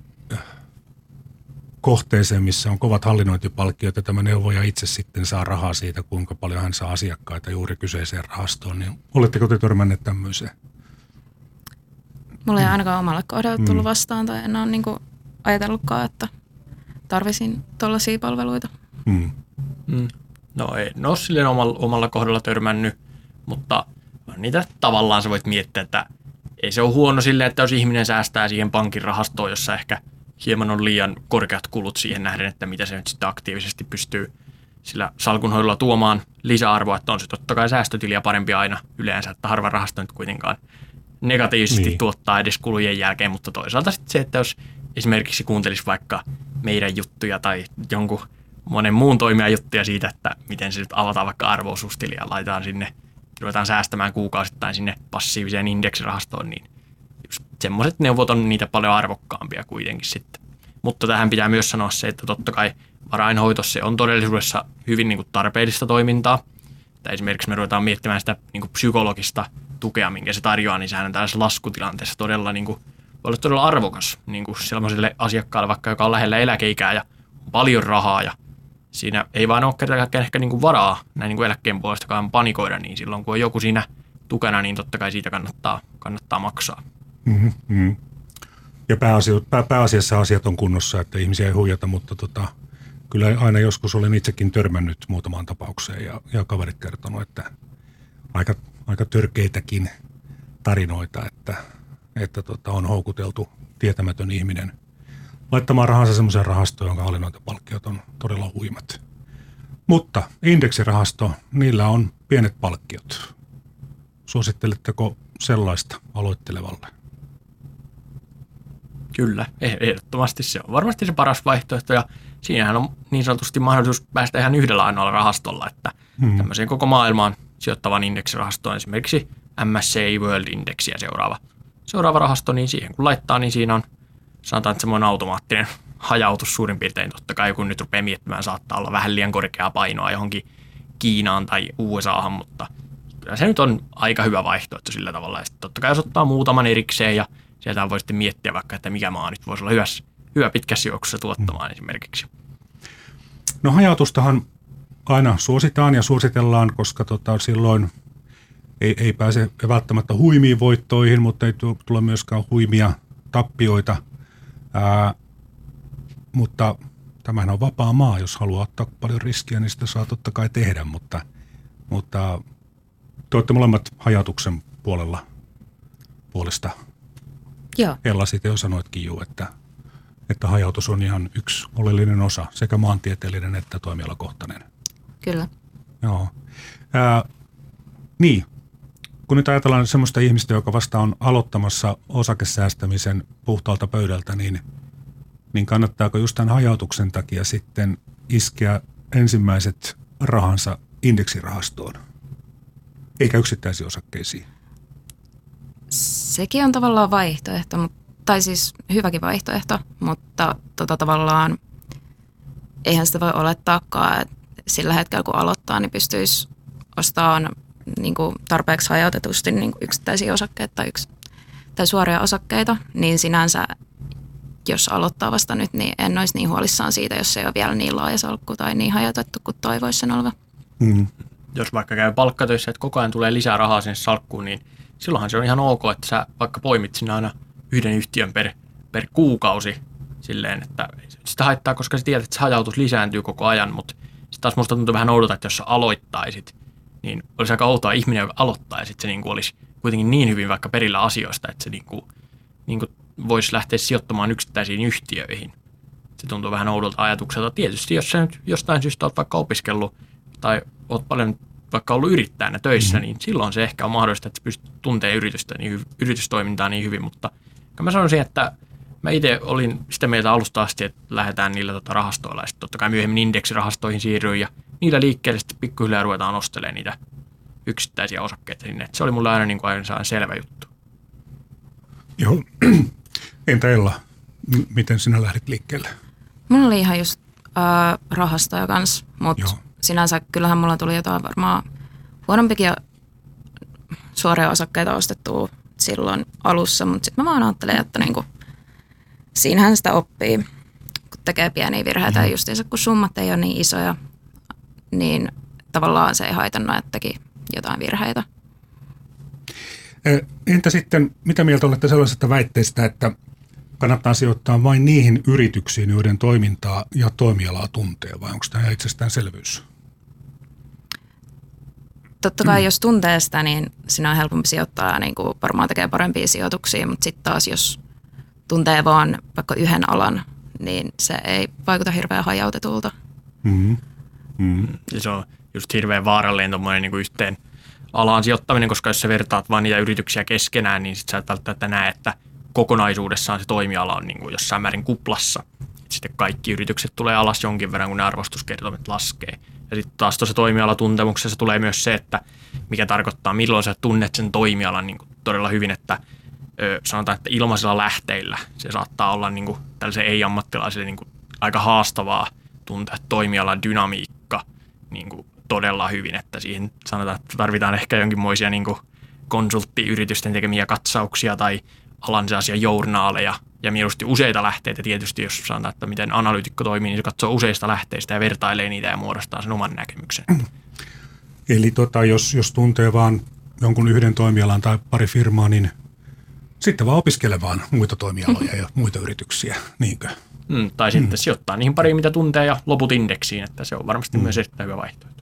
kohteeseen, missä on kovat hallinnointipalkkiot ja tämä neuvoja itse sitten saa rahaa siitä, kuinka paljon hän saa asiakkaita juuri kyseiseen rahastoon. Niin oletteko te törmänneet tämmöiseen? Mulla ei ainakaan omalle kohdalle tullut vastaan tai en ole niin kuin ajatellutkaan, että tarvisin tuollaisia palveluita. No ei ole silleen omalla kohdalla törmännyt, mutta niitä tavallaan sä voit miettiä, että ei se ole huono silleen, että jos ihminen säästää siihen pankin rahastoon, jossa ehkä hieman on liian korkeat kulut siihen nähden, että mitä se nyt sitten aktiivisesti pystyy sillä salkunhoidolla tuomaan lisäarvoa, että on se totta kai säästötiliä parempi aina yleensä, että harva rahasto nyt kuitenkaan negatiivisesti tuottaa edes kulujen jälkeen, mutta toisaalta sitten se, että jos esimerkiksi kuuntelisi vaikka meidän juttuja tai jonkun monen muun toimijan juttuja siitä, että miten se nyt avataan vaikka arvo-osuustiliä ja laitetaan sinne, ruvetaan säästämään kuukausittain sinne passiiviseen indeksirahastoon, niin semmoiset neuvot on niitä paljon arvokkaampia kuitenkin sitten. Mutta tähän pitää myös sanoa se, että totta kai varainhoito se on todellisuudessa hyvin niin kuin tarpeellista toimintaa. Että esimerkiksi me ruvetaan miettimään sitä niin kuin psykologista tukea, minkä se tarjoaa, niin sehän on tällaisessa laskutilanteessa todella, niin kuin, voi olla todella arvokas niin kuin sellaiselle asiakkaalle, vaikka joka on lähellä eläkeikää ja on paljon rahaa ja siinä ei vaan ole kertaakaan ehkä niin kuin varaa näin niin kuin eläkkeen puolestakaan panikoida, niin silloin kun on joku siinä tukena, niin totta kai siitä kannattaa maksaa. Mm-hmm. Ja pääasiassa asiat on kunnossa, että ihmisiä ei huijata, mutta kyllä aina joskus olen itsekin törmännyt muutamaan tapaukseen ja kaverit kertonut, että aika törkeitäkin tarinoita, että on houkuteltu tietämätön ihminen laittamaan rahansa semmoiseen rahastoon, jonka hallinnointipalkkiot on todella huimat. Mutta indeksirahasto, niillä on pienet palkkiot. Suositteletteko sellaista aloittelevalle? Kyllä, ehdottomasti se on varmasti se paras vaihtoehto ja siinähän on niin sanotusti mahdollisuus päästä ihan yhdellä ainoalla rahastolla, että tämmöiseen koko maailmaan sijoittavan indeksirahastoon, esimerkiksi MSCI World Indexia seuraava rahasto, niin siihen kun laittaa, niin siinä on sanotaan, että semmoinen automaattinen hajautus suurin piirtein. Totta kai kun nyt rupeaa miettimään, saattaa olla vähän liian korkeaa painoa johonkin Kiinaan tai USAhan, mutta kyllä se nyt on aika hyvä vaihtoehto sillä tavalla. Ja sitten totta kai jos ottaa muutaman erikseen ja sieltä voi sitten miettiä vaikka, että mikä maa nyt voisi olla hyvä pitkässä juoksussa tuottamaan esimerkiksi. No hajautustahan aina suositaan ja suositellaan, koska silloin ei pääse välttämättä huimiin voittoihin, mutta ei tule myöskään huimia tappioita. Mutta tämähän on vapaa maa, jos haluaa ottaa paljon riskiä, niin sitä saa totta kai tehdä, mutta te olette molemmat hajautuksen puolesta. Joo. Ella siitä jo sanoitkin että hajautus on ihan yksi oleellinen osa, sekä maantieteellinen että toimialakohtainen. Kyllä. Joo. Niin, kun nyt ajatellaan semmoista ihmistä, joka vasta on aloittamassa osakesäästämisen puhtaalta pöydältä, niin kannattaako just tämän hajautuksen takia sitten iskeä ensimmäiset rahansa indeksirahastoon, eikä yksittäisiin osakkeisiin? Sekin on tavallaan vaihtoehto, tai siis hyväkin vaihtoehto, mutta tavallaan eihän sitä voi olettaakaan, että sillä hetkellä kun aloittaa, niin pystyisi ostamaan niin kuin tarpeeksi hajautetusti niin kuin yksittäisiä osakkeita tai suoria osakkeita, niin sinänsä jos aloittaa vasta nyt, niin en olisi niin huolissaan siitä, jos se ei ole vielä niin laaja salkku tai niin hajautettu kuin toivoisi sen olevan. Mm. Jos vaikka käy palkkatöissä, että koko ajan tulee lisää rahaa sinne salkkuun, niin silloinhan se on ihan ok, että sä vaikka poimit sinne aina yhden yhtiön per kuukausi silleen, että sitä haittaa, koska sä tiedät, että se hajautus lisääntyy koko ajan, mutta sitten taas musta tuntuu vähän oudolta, että jos sä aloittaisit, niin olisi aika outoa ihminen, joka aloittaa ja sitten se niinku olisi kuitenkin niin hyvin vaikka perillä asioista, että se niinku voisi lähteä sijoittamaan yksittäisiin yhtiöihin. Se tuntuu vähän oudolta ajatukselta. Tietysti jos sä nyt jostain syystä olet vaikka opiskellut tai olet paljon vaikka ollut yrittäjänä töissä, niin silloin se ehkä on mahdollista, että sä pystyt tuntemaan yritystoimintaa niin hyvin, mutta mä sanoisin, että mä itse olin sitä mieltä alusta asti, että lähdetään niillä rahastoilla ja sitten totta kai myöhemmin indeksirahastoihin siirryin ja niillä liikkeelle sitten pikkuhiljaa ruvetaan ostelemaan niitä yksittäisiä osakkeita sinne. Et se oli mulle aina niin kuin aina selvä juttu. Joo. Entä Ella, miten sinä lähdit liikkeelle? Mulla oli ihan just rahastoja kanssa, mutta sinänsä kyllähän mulla tuli jotain varmaan huonompikin suoria osakkeita ostettua silloin alussa, mutta sitten mä vaan ajattelin, että niinku, siinähän sitä oppii, kun tekee pieniä virheitä ja justiinsa kun summat ei ole niin isoja, niin tavallaan se ei haitannut, että teki jotain virheitä. Entä sitten, mitä mieltä olette sellaisesta väitteestä, että kannattaa sijoittaa vain niihin yrityksiin, joiden toimintaa ja toimialaa tuntee, vai onko tämä itsestäänselvyys? Totta kai jos tuntee sitä, niin siinä on helpompi sijoittaa ja niin kuin varmaan tekee parempia sijoituksia, mutta sitten taas jos tuntee vaan vaikka yhden alan, niin se ei vaikuta hirveän hajautetulta. Mm-hmm. Mm-hmm. Ja se on just hirveän vaarallinen tuommoinen niin kuin yhteen alaan sijoittaminen, koska jos sä vertaat vaan niitä yrityksiä keskenään, niin sit sä et välttämättä näe, että kokonaisuudessaan se toimiala on niin kuin jossain määrin kuplassa. Et sitten kaikki yritykset tulee alas jonkin verran, kun ne arvostuskertoimet laskee. Ja sitten taas tuossa toimialatuntemuksessa tulee myös se, että mikä tarkoittaa, milloin sä tunnet sen toimialan niin kuin todella hyvin, että sanotaan, että ilmaisilla lähteillä se saattaa olla niin kuin tällaisen ei-ammattilaisille niin kuin aika haastavaa tuntea toimialan dynamiikka niin kuin todella hyvin, että siihen sanotaan, että tarvitaan ehkä jonkinmoisia niin kuin konsulttiyritysten tekemiä katsauksia tai alan sellaisia journaaleja ja mieluusti useita lähteitä. Tietysti jos sanotaan, että miten analyytikko toimii, niin se katsoo useista lähteistä ja vertailee niitä ja muodostaa sen oman näkemyksen. Eli jos tuntee vaan jonkun yhden toimialan tai pari firmaa, niin sitten vaan opiskele vaan muita toimialoja ja muita yrityksiä, niinkö? Tai sitten sijoittaa niihin pariin, mitä tuntee ja loput indeksiin, että se on varmasti myös erittäin hyvä vaihtoehto.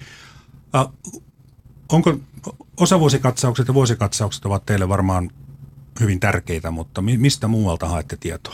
Onko osavuosikatsaukset ja vuosikatsaukset ovat teille varmaan hyvin tärkeitä, mutta mistä muualta haette tietoa?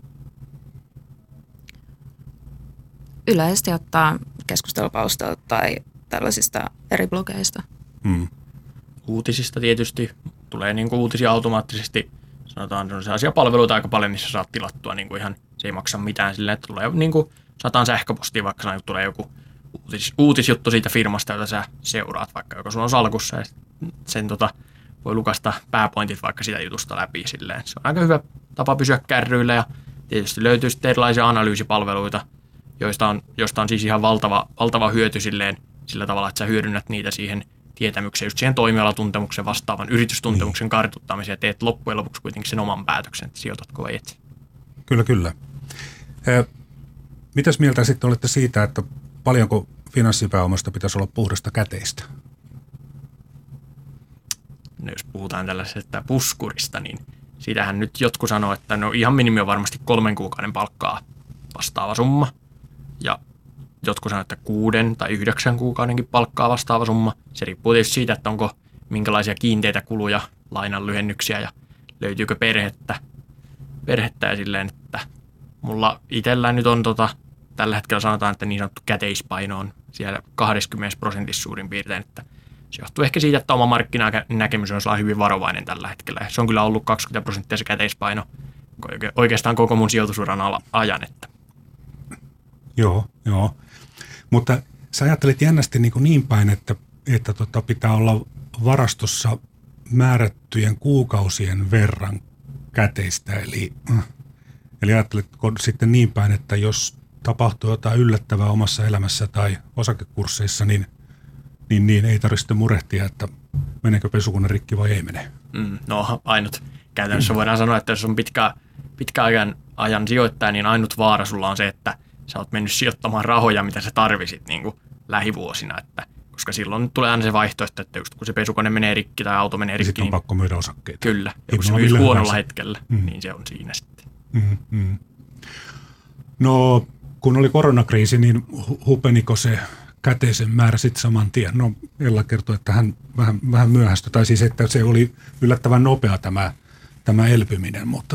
Yleisesti ottaa keskustelupalstoilta tai tällaisista eri blogeista. Uutisista tietysti. Tulee niin kuin uutisia automaattisesti. Sanotaan, on sellaisia palveluita aika paljon, missä saat tilattua niin kuin ihan, se ei maksa mitään silleen, että tulee niin kuin 100 sähköpostia, vaikka tulee joku uutisjuttu siitä firmasta, jota sä seuraat, vaikka joka sun on salkussa ja sen voi lukasta pääpointit vaikka sitä jutusta läpi silleen. Se on aika hyvä tapa pysyä kärryillä ja tietysti löytyy sitten erilaisia analyysipalveluita, joista on siis ihan valtava hyöty silleen, sillä tavalla, että sä hyödynnät niitä siihen tietämykseen, just siihen toimialatuntemuksen vastaavan yritystuntemuksen kartuttamiseen ja teet loppujen lopuksi kuitenkin sen oman päätöksen, että sijoitatko vai et. Kyllä. Mitäs mieltä sitten olette siitä, että paljonko finanssipääomasta pitäisi olla puhdasta käteistä? No jos puhutaan tällaisesta puskurista, niin siitähän nyt jotkut sanoo, että no ihan minimi on varmasti 3 kuukauden palkkaa vastaava summa. Ja jotkut sanoo, että 6 tai 9 kuukaudenkin palkkaa vastaava summa. Se riippuu tietysti siitä, että onko minkälaisia kiinteitä kuluja, lainan lyhennyksiä ja löytyykö perhettä ja silleen, että mulla itsellään nyt on tällä hetkellä sanotaan, että niin sanottu käteispaino on siellä 20% suurin piirtein, että se johtuu ehkä siitä, että oma markkinanäkemys on hyvin varovainen tällä hetkellä. Se on kyllä ollut 20% se käteispaino oikeastaan koko mun sijoitusuran ajan. Että. Joo. Mutta sä ajattelet jännästi niin päin, että pitää olla varastossa määrättyjen kuukausien verran käteistä. Eli ajatteletko sitten niin päin, että jos tapahtuu jotain yllättävää omassa elämässä tai osakekursseissa, niin ei tarvitse murehtia, että meneekö pesukone rikki vai ei mene. No ainut. Käytännössä voidaan sanoa, että jos on pitkäajan sijoittaja, niin ainut vaara sulla on se, että sä oot mennyt sijoittamaan rahoja, mitä sä tarvisit niin kuin lähivuosina. Koska silloin tulee aina se vaihtoehto, että just kun se pesukone menee rikki tai auto menee rikki. Sitten on pakko myydä osakkeita. Kyllä. Ja kun se myy huonolla hetkellä, niin se on siinä sitten. No kun oli koronakriisi, niin hupeniko se käteisen määrä sitten saman tien? No Ella kertoi, että hän vähän myöhästyi, tai siis että se oli yllättävän nopea tämä elpyminen, mutta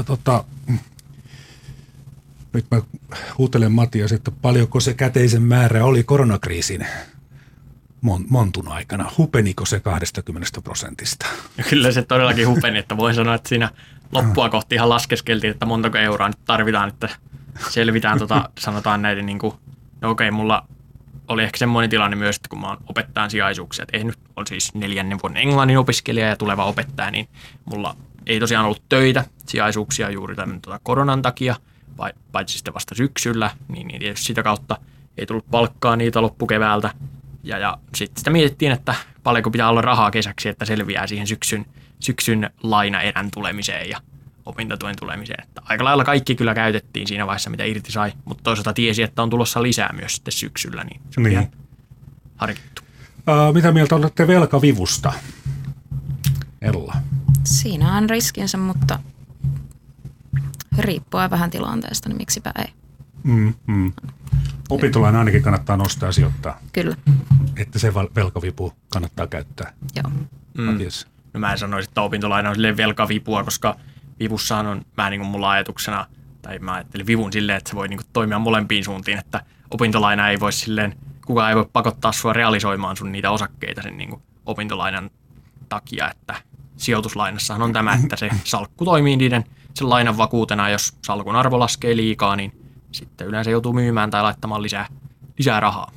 nyt mä huutelen Matias, että paljonko se käteisen määrä oli koronakriisin montun aikana. Hupeniko se 20%? Ja kyllä se todellakin hupeni, että voin sanoa, että siinä loppua kohti ihan laskeskeltiin, että montako euroa nyt tarvitaan, että selvitään sanotaan näiden okei, mulla oli ehkä semmoinen tilanne myös, että kun mä oon opettajan sijaisuuksia tehnyt, on siis 4. vuoden englannin opiskelija ja tuleva opettaja, niin mulla ei tosiaan ollut töitä, sijaisuuksia juuri tämän koronan takia, paitsi sitten vasta syksyllä, niin tietysti sitä kautta ei tullut palkkaa niitä loppukeväältä. Ja sitten sitä mietittiin, että paljonko pitää olla rahaa kesäksi, että selviää siihen syksyn lainaerän tulemiseen ja opintotuen tulemiseen. Että aika lailla kaikki kyllä käytettiin siinä vaiheessa, mitä irti sai, mutta toisaalta tiesi, että on tulossa lisää myös sitten syksyllä, niin se on ihan harkittu. Mitä mieltä olette velkavivusta, Ella? Siinä on riskinsä, mutta riippuen vähän tilanteesta, niin miksipä ei. Opintolaina ainakin kannattaa nostaa ja sijoittaa. Kyllä. Että se velkavipu kannattaa käyttää. Joo. Matias. No mä en sanoisi, että opintolaina on silleen velkavipua, koska vivussahan on mulla ajatuksena, tai mä ajattelin vivun silleen, että se voi toimia molempiin suuntiin, että opintolaina ei voi silleen, kukaan ei voi pakottaa sua realisoimaan sun niitä osakkeita sen opintolainan takia, että sijoituslainassahan on tämä, että se salkku toimii sen lainan vakuutena, jos salkun arvo laskee liikaa, niin sitten yleensä joutuu myymään tai laittamaan lisää rahaa.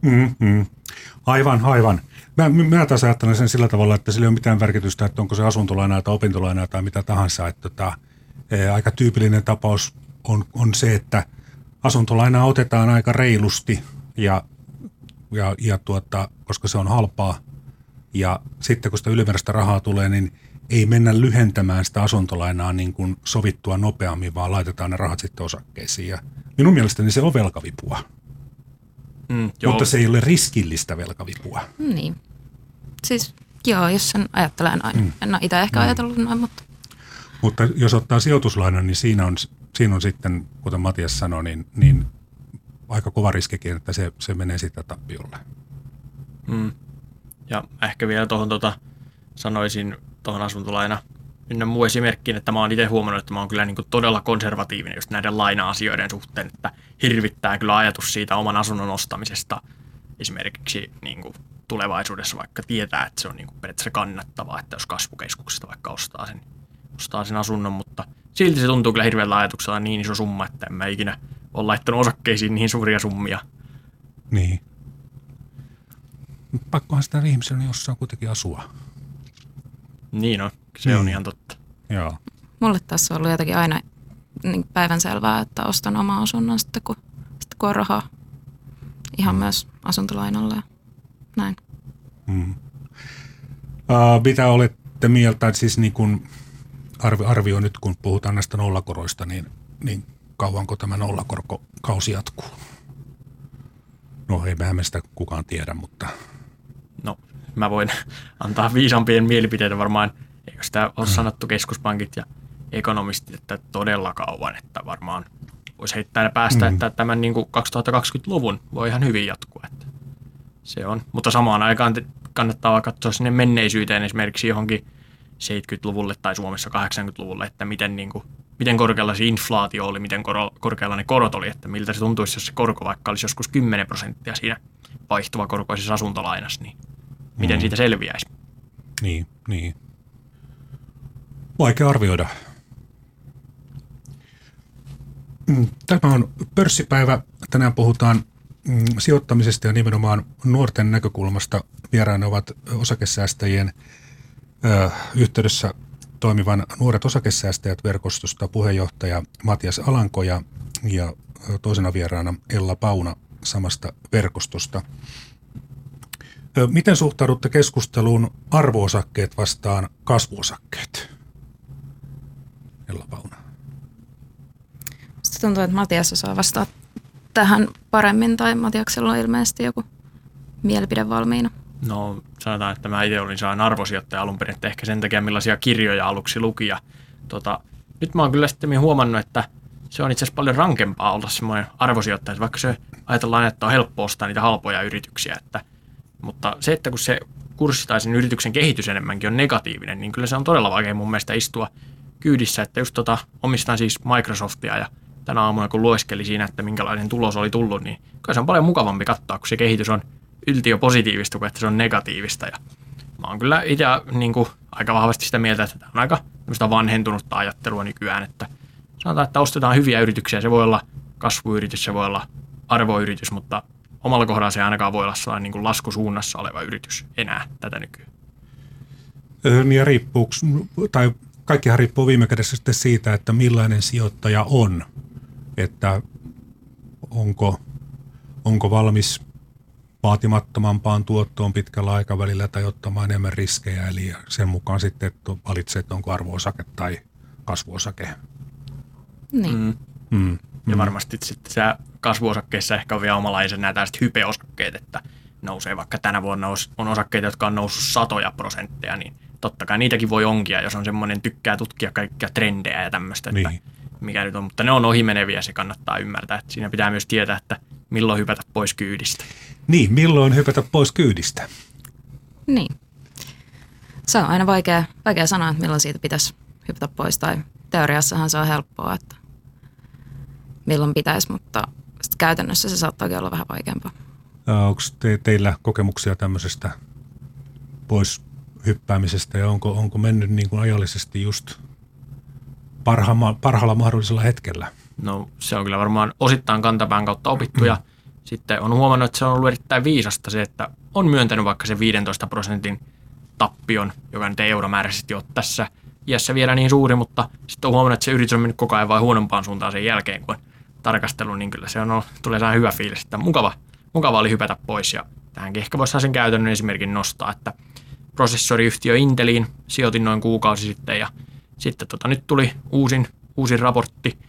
Aivan. Mä taas ajattelen sen sillä tavalla, että sillä ei ole mitään merkitystä, että onko se asuntolainaa tai opintolainaa tai mitä tahansa. Että aika tyypillinen tapaus on se, että asuntolainaa otetaan aika reilusti ja koska se on halpaa. Ja sitten kun sitä ylimääräistä rahaa tulee, niin ei mennä lyhentämään sitä asuntolainaa niin kuin sovittua nopeammin, vaan laitetaan ne rahat sitten osakkeisiin. Ja minun mielestäni se on velkavipua. Mutta se ei ole riskillistä velkavipua. Niin. Siis joo, jos sen ajattelee näin. En ole itse ehkä ajatellut näin, mutta. Mutta jos ottaa sijoituslainan, niin siinä on sitten, kuten Matias sanoi, niin aika kova riskikin, että se menee sitten tappiolle. Ja ehkä vielä tuohon sanoisin tuohon asuntolaina ynnä muu esimerkkiin, että mä oon itse huomannut, että mä oon kyllä todella konservatiivinen just näiden laina-asioiden suhteen, että hirvittää kyllä ajatus siitä oman asunnon ostamisesta esimerkiksi tulevaisuudessa, vaikka tietää, että se on periaatteessa kannattavaa, että jos kasvukeskuksesta vaikka ostaa sen asunnon, mutta silti se tuntuu kyllä hirveällä ajatuksella niin iso summa, että en mä ikinä ole laittanut osakkeisiin niin suuria summia. Niin. Pakkohan sitä ihmisellä jossain kuitenkin asua. Niin on, se on ihan totta. Joo. Mulle tässä on ollut jotakin aina päivänselvää, että ostan oma asunnon sitten kun on rahaa. Ihan myös asuntolainalla ja näin. Mitä olette mieltä, että siis niin kun arvio nyt kun puhutaan näistä nollakoroista, niin kauanko tämä nollakorkokausi jatkuu? No ei mehän sitä kukaan tiedä, mutta... No, mä voin antaa viisampien mielipiteitä varmaan, eikö sitä ole sanottu keskuspankit ja ekonomistit, että todella kauan, että varmaan voisi heittää ne päästä, että tämän niin kuin 2020-luvun voi ihan hyvin jatkua. Että se on, mutta samaan aikaan kannattaa katsoa sinne menneisyyteen esimerkiksi johonkin 70-luvulle tai Suomessa 80-luvulle, että miten korkealla se inflaatio oli, miten korkealla ne korot oli, että miltä se tuntuisi, jos se korko vaikka olisi joskus 10% siinä vaihtuvakorkoisessa asuntolainassa, niin miten siitä selviäisi? Niin. Vaikea arvioida. Tämä on pörssipäivä. Tänään puhutaan sijoittamisesta ja nimenomaan nuorten näkökulmasta. Vieraana ovat osakesäästäjien yhteydessä toimivan Nuoret osakesäästäjät -verkostosta puheenjohtaja Matias Alanko ja toisena vieraana Ella Pauna samasta verkostosta. Miten suhtaudutte keskusteluun arvo-osakkeet vastaan kasvuosakkeet? Ella Pauna. Sitten tuntuu, että Matias osaa vastata tähän paremmin, tai Matiaksella on ilmeisesti joku mielipide valmiina. No sanotaan, että mä itse olin sellainen arvosijoittaja alun perin, että ehkä sen takia millaisia kirjoja aluksi luki. Nyt mä oon kyllä sitten huomannut, että se on itse asiassa paljon rankempaa olla semmoinen arvosijoittaja, vaikka se ajatellaan, että on helppo ostaa niitä halpoja yrityksiä. Mutta se, että kun se kurssi tai sen yrityksen kehitys enemmänkin on negatiivinen, niin kyllä se on todella vaikea mun mielestä istua kyydissä. Että just omistan siis Microsoftia ja tänä aamuna kun lueskeli siinä, että minkälainen tulos oli tullut, niin kyllä se on paljon mukavampi katsoa, kun se kehitys on yltiöpositiivista kuin että se on negatiivista. Ja mä oon kyllä itse aika vahvasti sitä mieltä, että tämä on aika vanhentunutta ajattelua nykyään, että sanotaan, että ostetaan hyviä yrityksiä. Se voi olla kasvuyritys, se voi olla arvoyritys, mutta omalla kohdalla se ei ainakaan voi olla sellainen laskusuunnassa oleva yritys enää tätä nykyään. Ja kaikkihan riippuu viime kädessä sitten siitä, että millainen sijoittaja on. Että onko valmis vaatimattomampaan tuottoon pitkällä aikavälillä tai ottamaan enemmän riskejä. Eli sen mukaan sitten että valitsee, että onko arvo-osake tai kasvuosake. Niin. Ja varmasti sitten se kasvuosakkeessa ehkä on vielä omalaisen nämä tällaiset hypeosakkeet, että nousee vaikka tänä vuonna on osakkeita, jotka on noussut 100%, niin totta kai niitäkin voi onkia, jos on semmoinen tykkää tutkia kaikkia trendejä ja tämmöistä, että mikä nyt on. Mutta ne on ohimeneviä, se kannattaa ymmärtää. Että siinä pitää myös tietää, että milloin hypätä pois kyydistä. Niin, milloin hypätä pois kyydistä? Niin. Se on aina vaikea sanoa, että milloin siitä pitäisi hypätä pois. Tai teoriassahan se on helppoa, että milloin pitäisi, mutta käytännössä se saattaakin olla vähän vaikeampaa. Onko teillä kokemuksia tämmöisestä pois hyppäämisestä ja onko mennyt niin kuin ajallisesti just parhaalla mahdollisella hetkellä? No se on kyllä varmaan osittain kantapään kautta opittu ja sitten on huomannut, että se on ollut erittäin viisasta se, että on myöntänyt vaikka sen 15% tappion, joka nyt ei euromääräisesti ole tässä iässä vielä niin suuri, mutta sitten on huomannut, että se yritys on mennyt koko ajan vain huonompaan suuntaan sen jälkeen, kun on tarkastellut, niin kyllä se tulee sellainen hyvä fiilis, että mukava oli hypätä pois ja tähänkin ehkä voisi sen käytännön esimerkin nostaa, että prosessoriyhtiö Inteliin sijoitin noin kuukausi sitten ja sitten nyt tuli uusin raportti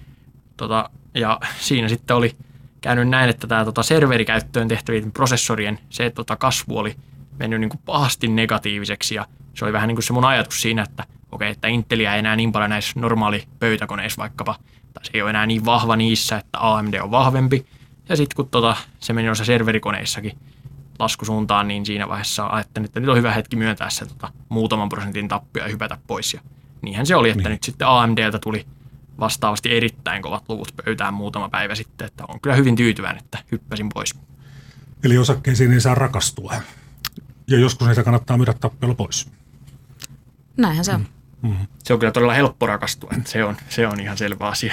ja siinä sitten oli käynyt näin, että tämä serverikäyttöön tehtävien prosessorien se kasvu oli mennyt niin kuin pahasti negatiiviseksi ja se oli vähän niin kuin se mun ajatus siinä, että okei, että Intelia ei enää niin paljon näissä normaali pöytäkoneissa vaikkapa, tai se ei ole enää niin vahva niissä, että AMD on vahvempi. Ja sitten kun se meni noissa serverikoneissakin laskusuuntaan, niin siinä vaiheessa ajattelin, että nyt on hyvä hetki myöntää se muutaman prosentin tappio ja hypätä pois. Ja niinhän se oli, että nyt sitten AMDltä tuli vastaavasti erittäin kovat luvut pöytään muutama päivä sitten, että on kyllä hyvin tyytyväinen, että hyppäsin pois. Eli osakkeisiin ei saa rakastua. Ja joskus niitä kannattaa myydä tappiolla pois. Näinhän se on. Se on kyllä todella helppo rakastua, että se on ihan selvä asia.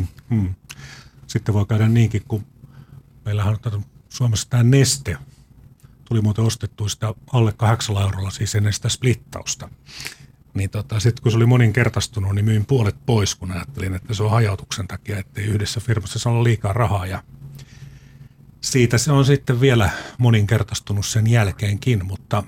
Sitten voi käydä niinkin, kun meillähän on Suomessa tämä Neste. Tuli muuten ostettua sitä alle 8 eurolla, siis ennen sitä splittausta. Niin sitten kun se oli moninkertaistunut, niin myin puolet pois, kun ajattelin, että se on hajautuksen takia, ettei yhdessä firmassa saa olla liikaa rahaa. Ja siitä se on sitten vielä moninkertaistunut sen jälkeenkin, mutta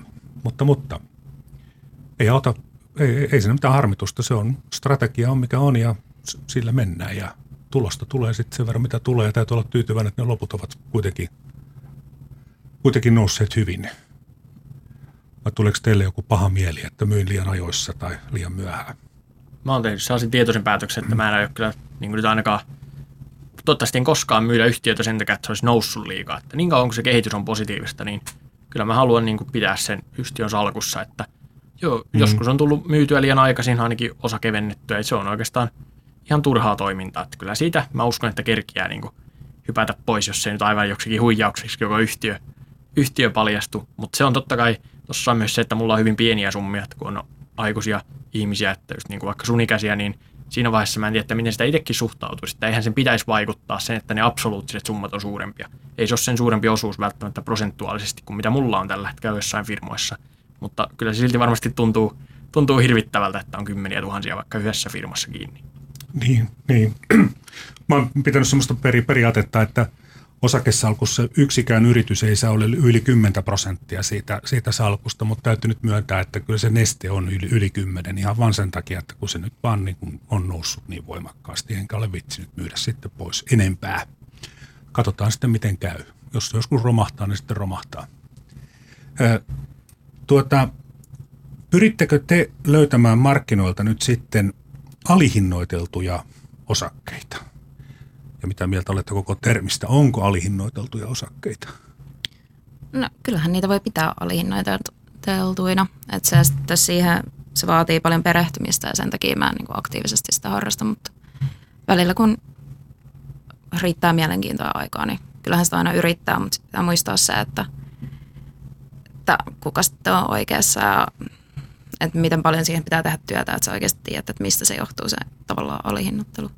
ei siinä mitään harmitusta. Se on strategia on mikä on ja sillä mennään. Ja tulosta tulee sitten sen verran, mitä tulee, ja täytyy olla tyytyväinen, että ne loput ovat kuitenkin nousseet hyvin. Vai tuleeko teille joku paha mieli, että myin liian ajoissa tai liian myöhään? Mä oon tehnyt sellaisen tietoisen päätöksen, että mä en ole kyllä niin nyt ainakaan, toivottavasti en koskaan myydä yhtiötä sen takia, että se olisi noussut liikaa. Että niin kauan kun se kehitys on positiivista, niin kyllä mä haluan niin kuin pitää sen yhtiön salkussa, että joskus on tullut myytyä liian aikaisin, ainakin osa kevennettyä, ja se on oikeastaan ihan turhaa toimintaa. Että kyllä siitä mä uskon, että kerkiää niin kuin hypätä pois, jos se nyt aivan joksikin huijaukseksi joko yhtiö paljastuu. Mutta se on totta kai, tuossa on myös se, että mulla on hyvin pieniä summia, että kun on aikuisia ihmisiä, että just niin kuin vaikka sun ikäisiä, niin siinä vaiheessa mä en tiedä, että miten sitä itsekin suhtautuisi. Että eihän sen pitäisi vaikuttaa sen, että ne absoluuttiset summat on suurempia. Ei se ole sen suurempi osuus välttämättä prosentuaalisesti kuin mitä mulla on tällä hetkellä jossain firmoissa. Mutta kyllä se silti varmasti tuntuu hirvittävältä, että on kymmeniä tuhansia vaikka yhdessä firmassa kiinni. Niin. Mä oon pitänyt semmoista periaatetta, että osakesalkussa yksikään yritys ei saa olla yli 10% siitä salkusta, mutta täytyy nyt myöntää, että kyllä se Neste on yli 10 ihan vaan sen takia, että kun se nyt vaan niin kun on noussut niin voimakkaasti, enkä ole vitsinyt myydä sitten pois enempää. Katsotaan sitten miten käy. Jos joskus romahtaa, niin sitten romahtaa. Pyrittekö te löytämään markkinoilta nyt sitten alihinnoiteltuja osakkeita? Ja mitä mieltä olette koko termistä? Onko alihinnoiteltuja osakkeita? No kyllähän niitä voi pitää alihinnoiteltuina. Että se vaatii paljon perehtymistä ja sen takia mä en niin kuin aktiivisesti sitä harrasta. Mutta välillä kun riittää mielenkiintoa aikaa, niin kyllähän sitä aina yrittää. Mutta pitää muistaa se, että kuka sitten on oikeassa ja että miten paljon siihen pitää tehdä työtä. Että sä oikeasti tiedät, että mistä se johtuu se tavallaan alihinnoittelu.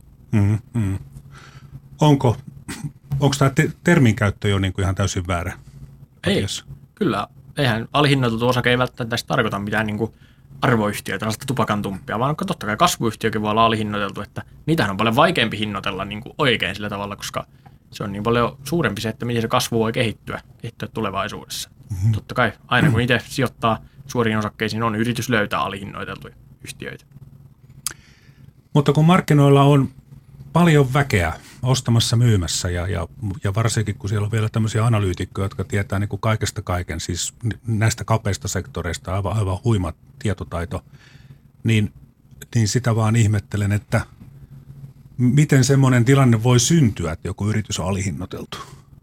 Onko tämä termin käyttö jo niin kuin ihan täysin väärä? Ei, kyllä. Eihän alihinnoiteltu osake ei välttämättä tarkoita mitään niin kuin arvoyhtiöitä, tällaista tupakantumppia, vaan totta kai kasvuyhtiökin voi olla alihinnoiteltu, että niitähän on paljon vaikeampi hinnoitella niin kuin oikein sillä tavalla, koska se on niin paljon suurempi se, että miten se kasvu voi kehittyä tulevaisuudessa. Totta kai aina kun itse sijoittaa suoriin osakkeisiin, on yritys löytää alihinnoiteltuja yhtiöitä. Mutta kun markkinoilla on paljon väkeä ostamassa, myymässä ja varsinkin kun siellä on vielä tämmöisiä analyytikkoja, jotka tietää niin kuin kaikesta kaiken, siis näistä kapeista sektoreista aivan huima tietotaito, niin sitä vaan ihmettelen, että miten semmoinen tilanne voi syntyä, että joku yritys on alihinnoiteltu?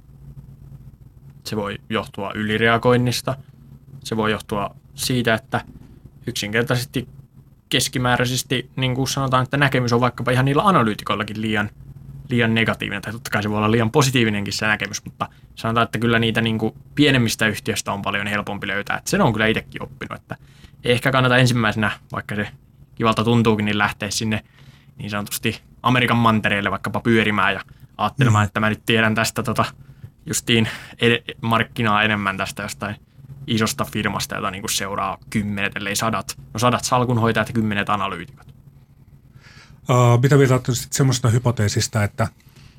Se voi johtua ylireagoinnista. Se voi johtua siitä, että yksinkertaisesti keskimääräisesti, niin kuin sanotaan, että näkemys on vaikkapa ihan niillä analyytikoillakin liian negatiivinen, tai totta kai se voi olla liian positiivinenkin se näkemys, mutta sanotaan, että kyllä niitä niin kuin pienemmistä yhtiöistä on paljon helpompi löytää. Että sen on kyllä itsekin oppinut, että ei ehkä kannata ensimmäisenä, vaikka se kivalta tuntuukin, niin lähteä sinne niin sanotusti Amerikan mantereelle vaikkapa pyörimään ja ajattelemaan, että mä nyt tiedän tästä justiin markkinaa enemmän tästä jostain isosta firmasta, jota niin kuin seuraa 10, ellei 100. No 100 salkunhoitajat ja 10 analyytikot. Mitä mieltä olette sitten semmoista hypoteesista, että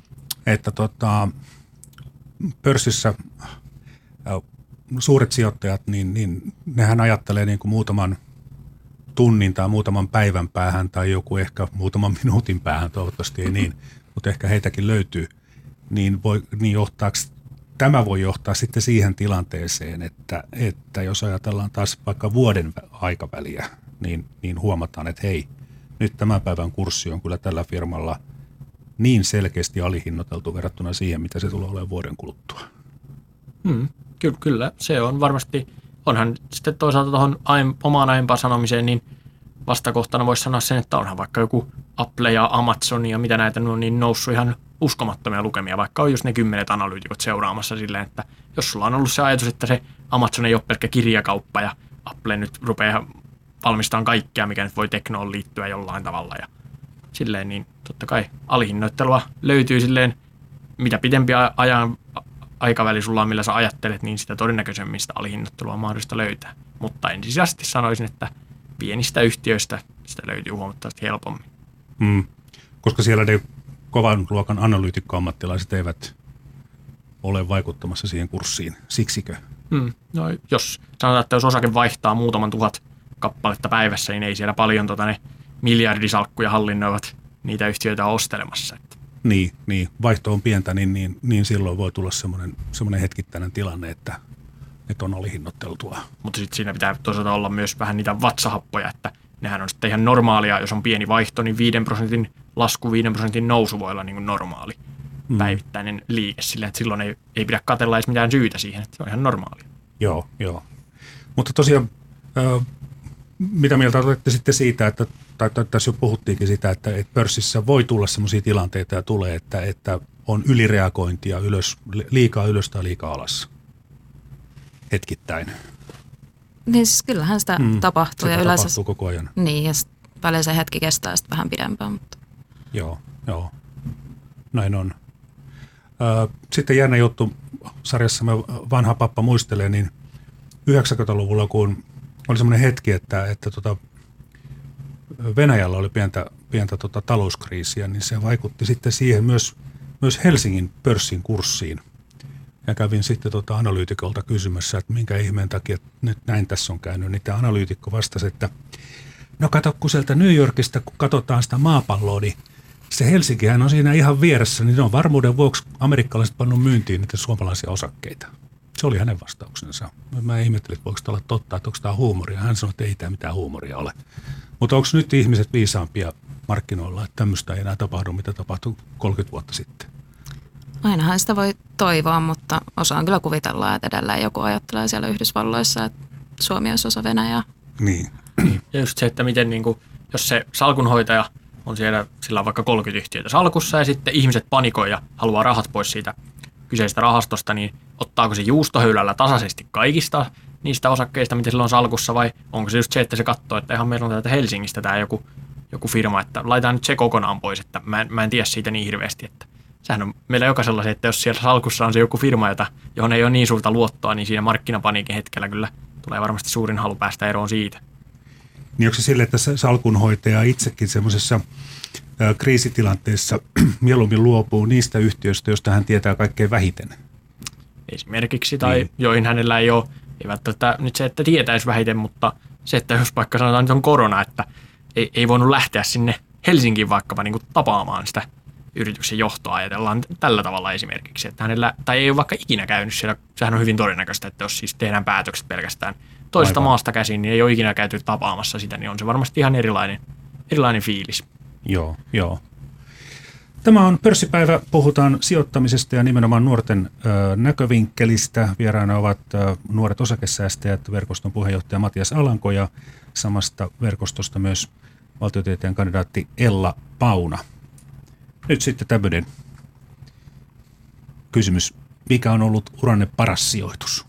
pörssissä suuret sijoittajat, niin nehän ajattelee niin kuin muutaman tunnin tai muutaman päivän päähän tai joku ehkä muutaman minuutin päähän, toivottavasti ei niin, mutta ehkä heitäkin löytyy, tämä voi johtaa sitten siihen tilanteeseen, että jos ajatellaan taas vaikka vuoden aikaväliä, niin huomataan, että hei, nyt tämän päivän kurssi on kyllä tällä firmalla niin selkeästi alihinnoiteltu verrattuna siihen, mitä se tulee olemaan vuoden kuluttua. Kyllä, se on varmasti, onhan sitten toisaalta tuohon omaan aiempaan sanomiseen, niin vastakohtana voisi sanoa sen, että onhan vaikka joku Apple ja Amazon ja mitä näitä on niin noussut ihan uskomattomia lukemia, vaikka on just ne 10 analyytikot seuraamassa silleen, että jos sulla on ollut se ajatus, että se Amazon ei ole pelkkä kirjakauppa ja Apple nyt rupeaa valmistamaan kaikkea, mikä nyt voi teknoon liittyä jollain tavalla ja silleen, niin totta kai alihinnoittelua löytyy silleen, mitä pidempi ajan aikaväli sulla on, millä sä ajattelet, niin sitä todennäköisemmin sitä alihinnoittelua on mahdollista löytää. Mutta ensisijaisesti sanoisin, että pienistä yhtiöistä sitä löytyy huomattavasti helpommin. Koska siellä ne kovan luokan analyytikkoammattilaiset eivät ole vaikuttamassa siihen kurssiin. Siksikö? No jos sanotaan, että jos osake vaihtaa muutaman 1000 kappaletta päivässä, niin ei siellä paljon ne miljardisalkkuja hallinnoivat niitä yhtiöitä ostelemassa. Niin, vaihto on pientä, niin silloin voi tulla semmoinen hetkittäinen tilanne, että on alihinnoitteltua. Mutta sitten siinä pitää toisaalta olla myös vähän niitä vatsahappoja, että nehän on sitten ihan normaalia, jos on pieni vaihto, niin 5% lasku, 5% nousu voi olla niin kuin normaali päivittäinen liike sillä, että silloin ei pidä katsella edes mitään syytä siihen, että se on ihan normaalia. Joo. Mutta tosiaan, mitä mieltä olette sitten siitä, että tässä jo puhuttiinkin sitä, että pörssissä voi tulla sellaisia tilanteita ja tulee, että on ylireagointia liikaa ylös tai liikaa alas hetkittäin. Niin siis kyllähän sitä tapahtuu. Sitä ja yleensä tapahtuu koko ajan. Niin, ja välillä se hetki kestää sitten vähän pidempään. Mutta. Joo. Näin on. Sitten jännä juttu, sarjassa vanha pappa muistelee, niin 90-luvulla, kun oli semmoinen hetki, että Venäjällä oli pientä talouskriisiä, niin se vaikutti sitten siihen myös Helsingin pörssin kurssiin. Ja kävin sitten analyytikolta kysymässä, että minkä ihmeen takia nyt näin tässä on käynyt. Niin tämä analyytikko vastasi, että no kato, kun sieltä New Yorkista, kun katsotaan sitä maapalloa, niin se Helsinkihän on siinä ihan vieressä, niin ne on varmuuden vuoksi amerikkalaiset pannut myyntiin niitä suomalaisia osakkeita. Se oli hänen vastauksensa. Mä ihmettelin, että voiko tämä olla totta, että onko tämä huumoria. Hän sanoi, että ei tämä mitään huumoria ole. Mutta onko nyt ihmiset viisaampia markkinoilla, että tämmöistä ei enää tapahdu, mitä tapahtui 30 vuotta sitten? Ainahan sitä voi toivoa, mutta osaan kyllä kuvitella, että edelleen joku ajattelee siellä Yhdysvalloissa, että Suomi olisi osa Venäjää. Niin. Ja just se, että miten jos se salkunhoitaja on sillä on vaikka 30 yhtiötä salkussa ja sitten ihmiset panikoi ja haluaa rahat pois siitä kyseisestä rahastosta, niin ottaako se juustohöylällä tasaisesti kaikista niistä osakkeista, mitä sillä on salkussa, vai onko se just se, että se katsoo, että ihan meillä on täältä Helsingistä tämä joku firma, että laitetaan nyt se kokonaan pois, että mä en tiedä siitä niin hirveästi, että sehän on meillä jokaisella se, että jos siellä salkussa on se joku firma, johon ei ole niin suurta luottoa, niin siinä markkinapaniikin hetkellä kyllä tulee varmasti suurin halu päästä eroon siitä. Niin onko se sille, että salkunhoitaja itsekin semmoisessa kriisitilanteessa mieluummin luopuu niistä yhtiöistä, joista hän tietää kaikkein vähiten? Esimerkiksi, tai joihin hänellä ei ole, ei välttämättä nyt se, että tietäisi vähiten, mutta se, että jos vaikka sanotaan nyt on korona, että ei voinut lähteä sinne Helsinkiin vaikkapa niin kuin tapaamaan sitä yrityksen johtoa, ajatellaan tällä tavalla esimerkiksi, että hänellä, tai ei ole vaikka ikinä käynyt siellä, sehän on hyvin todennäköistä, että jos siis tehdään päätökset pelkästään toista maasta käsin, niin ei ole ikinä käyty tapaamassa sitä, niin on se varmasti ihan erilainen fiilis. Joo. Tämä on pörssipäivä, puhutaan sijoittamisesta ja nimenomaan nuorten näkövinkkelistä. Vieraana ovat nuoret osakesäästäjät, verkoston puheenjohtaja Matias Alanko ja samasta verkostosta myös valtiotieteen kandidaatti Ella Pauna. Nyt sitten tämmöinen kysymys. Mikä on ollut uranne paras sijoitus?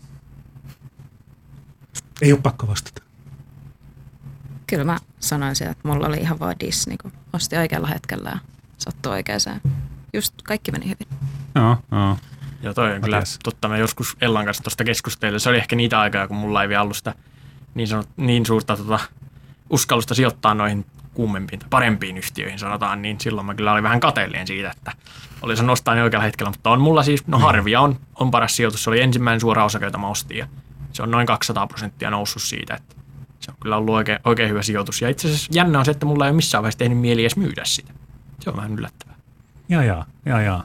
Ei ole pakko vastata. Kyllä mä sanoisin, että mulla oli ihan vaan Disney, kun osti oikealla hetkellä ja sattui oikeaan. Just kaikki meni hyvin. Joo, toi on kyllä totta. Mä joskus Ellan kanssa tuosta keskustelin. Se oli ehkä niitä aikaa, kun mulla ei vielä ollut sitä niin suurta uskallusta sijoittaa noihin kuumempiin tai parempiin yhtiöihin, sanotaan, niin silloin mä kyllä olin vähän kateellinen siitä, että oli se nostaa niin oikealla hetkellä, mutta on mulla siis, Harvia on paras sijoitus. Se oli ensimmäinen suora osake, jota mä ostin ja se on noin 200% noussut siitä, että se on kyllä ollut oikein hyvä sijoitus. Ja itse asiassa jännä on se, että mulla ei ole missään vaiheessa tehnyt mieli edes myydä sitä. Se on vähän yllättävää. Jaa.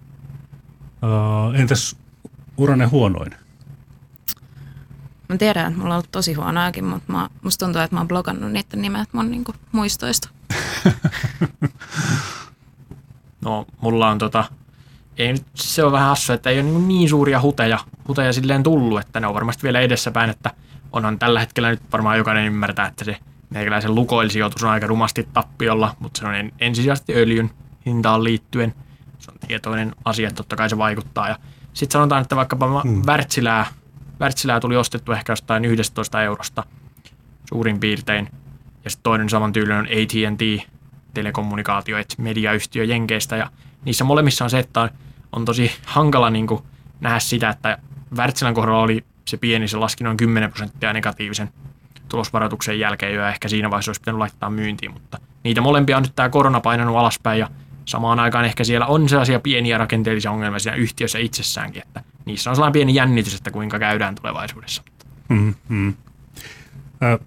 Entäs uranne huonoin? Mä tiedän, että mulla on ollut tosi huonoakin, mutta musta tuntuu, että mä oon blokannut niiden nimet mun niinku muistoista. No, mulla on ei nyt, se on vähän hassu, että ei ole niin suuria huteja silleen tullut, että ne on varmasti vielä edessäpäin, että onhan tällä hetkellä nyt varmaan jokainen ymmärtää, että se meikäläisen lukoilisijoitus on aika rumasti tappiolla, mutta se on ensisijaisesti öljyn hintaan liittyen. Se on tietoinen asia, että totta kai se vaikuttaa. Ja sitten sanotaan, että vaikkapa Wärtsilää tuli ostettu ehkä jostain 11 eurosta suurin piirtein. Ja sitten toinen samantyylinen on AT&T, telekommunikaatio, mediayhtiö Jenkeistä. Ja niissä molemmissa on se, että on tosi hankala niin kuin nähdä sitä, että Wärtsilän kohdalla oli se pieni, se laski noin 10% negatiivisen tulosvaroituksen jälkeen jo, ja ehkä siinä vaiheessa olisi pitänyt laittaa myyntiin, mutta niitä molempia on nyt tämä korona painanut alaspäin, ja samaan aikaan ehkä siellä on sellaisia pieniä rakenteellisia ongelmia siinä yhtiössä itsessäänkin, että niissä on sellainen pieni jännitys, että kuinka käydään tulevaisuudessa.